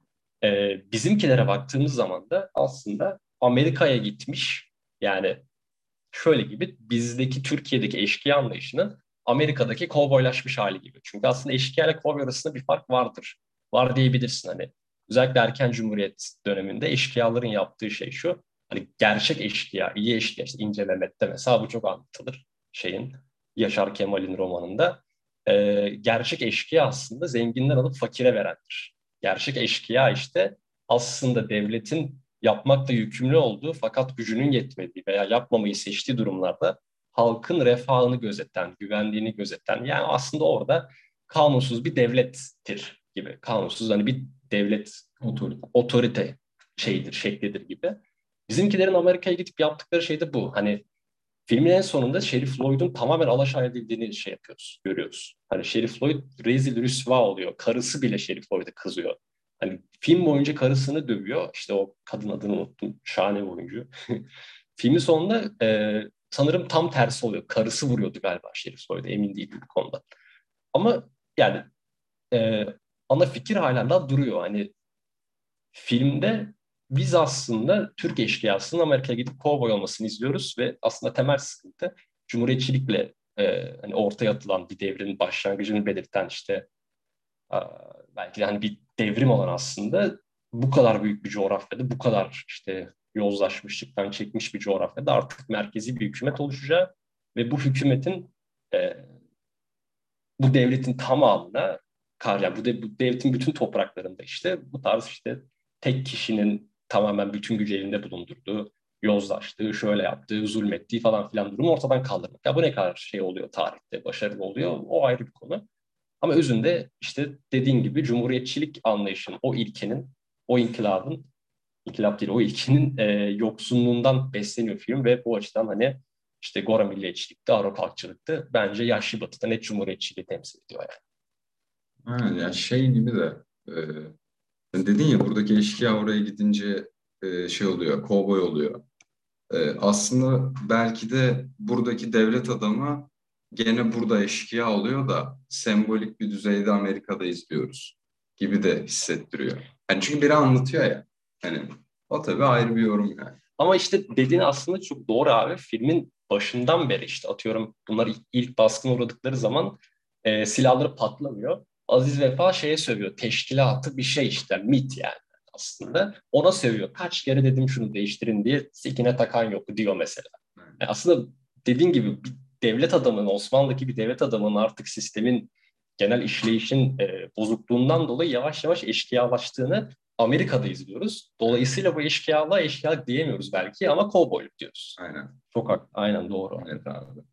Bizimkilere baktığımız zaman da aslında Amerika'ya gitmiş. Yani şöyle gibi bizdeki Türkiye'deki eşkıya anlayışının Amerika'daki kovboylaşmış hali gibi. Çünkü aslında eşkıya ile kovboy arasında bir fark vardır. Var diyebilirsin hani. Özellikle erken Cumhuriyet döneminde eşkıyaların yaptığı şey şu. Hani gerçek eşkıya, iyi eşkıya işte İnce Mehmet'te mesela bu çok anlatılır şeyin Yaşar Kemal'in romanında. gerçek eşkıya aslında zenginden alıp fakire verendir. Gerçek eşkıya işte aslında devletin yapmakla yükümlü olduğu fakat gücünün yetmediği veya yapmamayı seçtiği durumlarda halkın refahını gözeten, güvenliğini gözeten, yani aslında orada kanunsuz bir devlettir gibi. Kanunsuz hani bir devlet otorite şeydir, şeklidir gibi. Bizimkilerin Amerika'ya gidip yaptıkları şey de bu. Hani filmin en sonunda Sheriff Lloyd'un tamamen alaşağı edildiğini şey yapıyoruz, görüyoruz. Hani Sheriff Lloyd rezil rüsva oluyor. Karısı bile Sheriff Lloyd'a kızıyor. Hani film boyunca karısını dövüyor. İşte o kadın adını unuttum. Şahane bir oyuncu. Filmin sonunda sanırım tam tersi oluyor. Karısı vuruyordu galiba Sheriff Lloyd'a. Emin değilim bu konuda. Ama yani e, ana fikir hala da duruyor. Hani filmde biz aslında Türk eşkıyasının Amerika'ya gidip kovboy olmasını izliyoruz ve aslında temel sıkıntı cumhuriyetçilikle hani ortaya atılan bir devrin başlangıcını belirten işte belki de hani bir devrim olan aslında bu kadar büyük bir coğrafyada, bu kadar işte yozlaşmışlıktan çekmiş bir coğrafyada artık merkezi bir hükümet oluşacağı ve bu hükümetin e, bu devletin tamamına yani bu devletin bütün topraklarında işte bu tarz işte tek kişinin tamamen bütün gücü elinde bulundurduğu, yozlaştığı, şöyle yaptığı, zulmettiği falan filan durumu ortadan kaldırmak. Ya bu ne kadar şey oluyor tarihte, başarılı oluyor o ayrı bir konu. Ama özünde işte dediğin gibi cumhuriyetçilik anlayışının, o ilkenin, o inkılabın, inkılap değil o ilkenin yoksunluğundan besleniyor film ve bu açıdan hani işte Gora milliyetçilikte, Avrupa halkçılıkta bence yaşlı batıda net cumhuriyetçiliği temsil ediyor yani. Aynen yani şey gibi de dedin ya buradaki eşkıya oraya gidince şey oluyor, kovboy oluyor. Aslında belki de buradaki devlet adamı gene burada eşkıya oluyor da sembolik bir düzeyde Amerika'da izliyoruz gibi de hissettiriyor. Yani çünkü biri anlatıyor ya. Hani o tabii ayrı bir yorum yani. Ama işte dediğin aslında çok doğru abi. Filmin başından beri işte atıyorum bunlar ilk baskına uğradıkları zaman silahları patlamıyor. Aziz Vefa şeye sövüyor. Teşkilatı bir şey işte MIT yani aslında. Ona sövüyor. Kaç kere dedim şunu değiştirin diye sikine takan yok diyor mesela. Yani aslında dediğin gibi bir devlet adamının, Osmanlı'daki bir devlet adamının artık sistemin genel işleyişin bozukluğundan dolayı yavaş yavaş eşkıyalaştığını Amerika'da izliyoruz. Dolayısıyla bu eşkıyalığa eşkıyalık diyemiyoruz belki ama kovboyluk diyoruz. Aynen. Çok aynen doğru. Evet abi.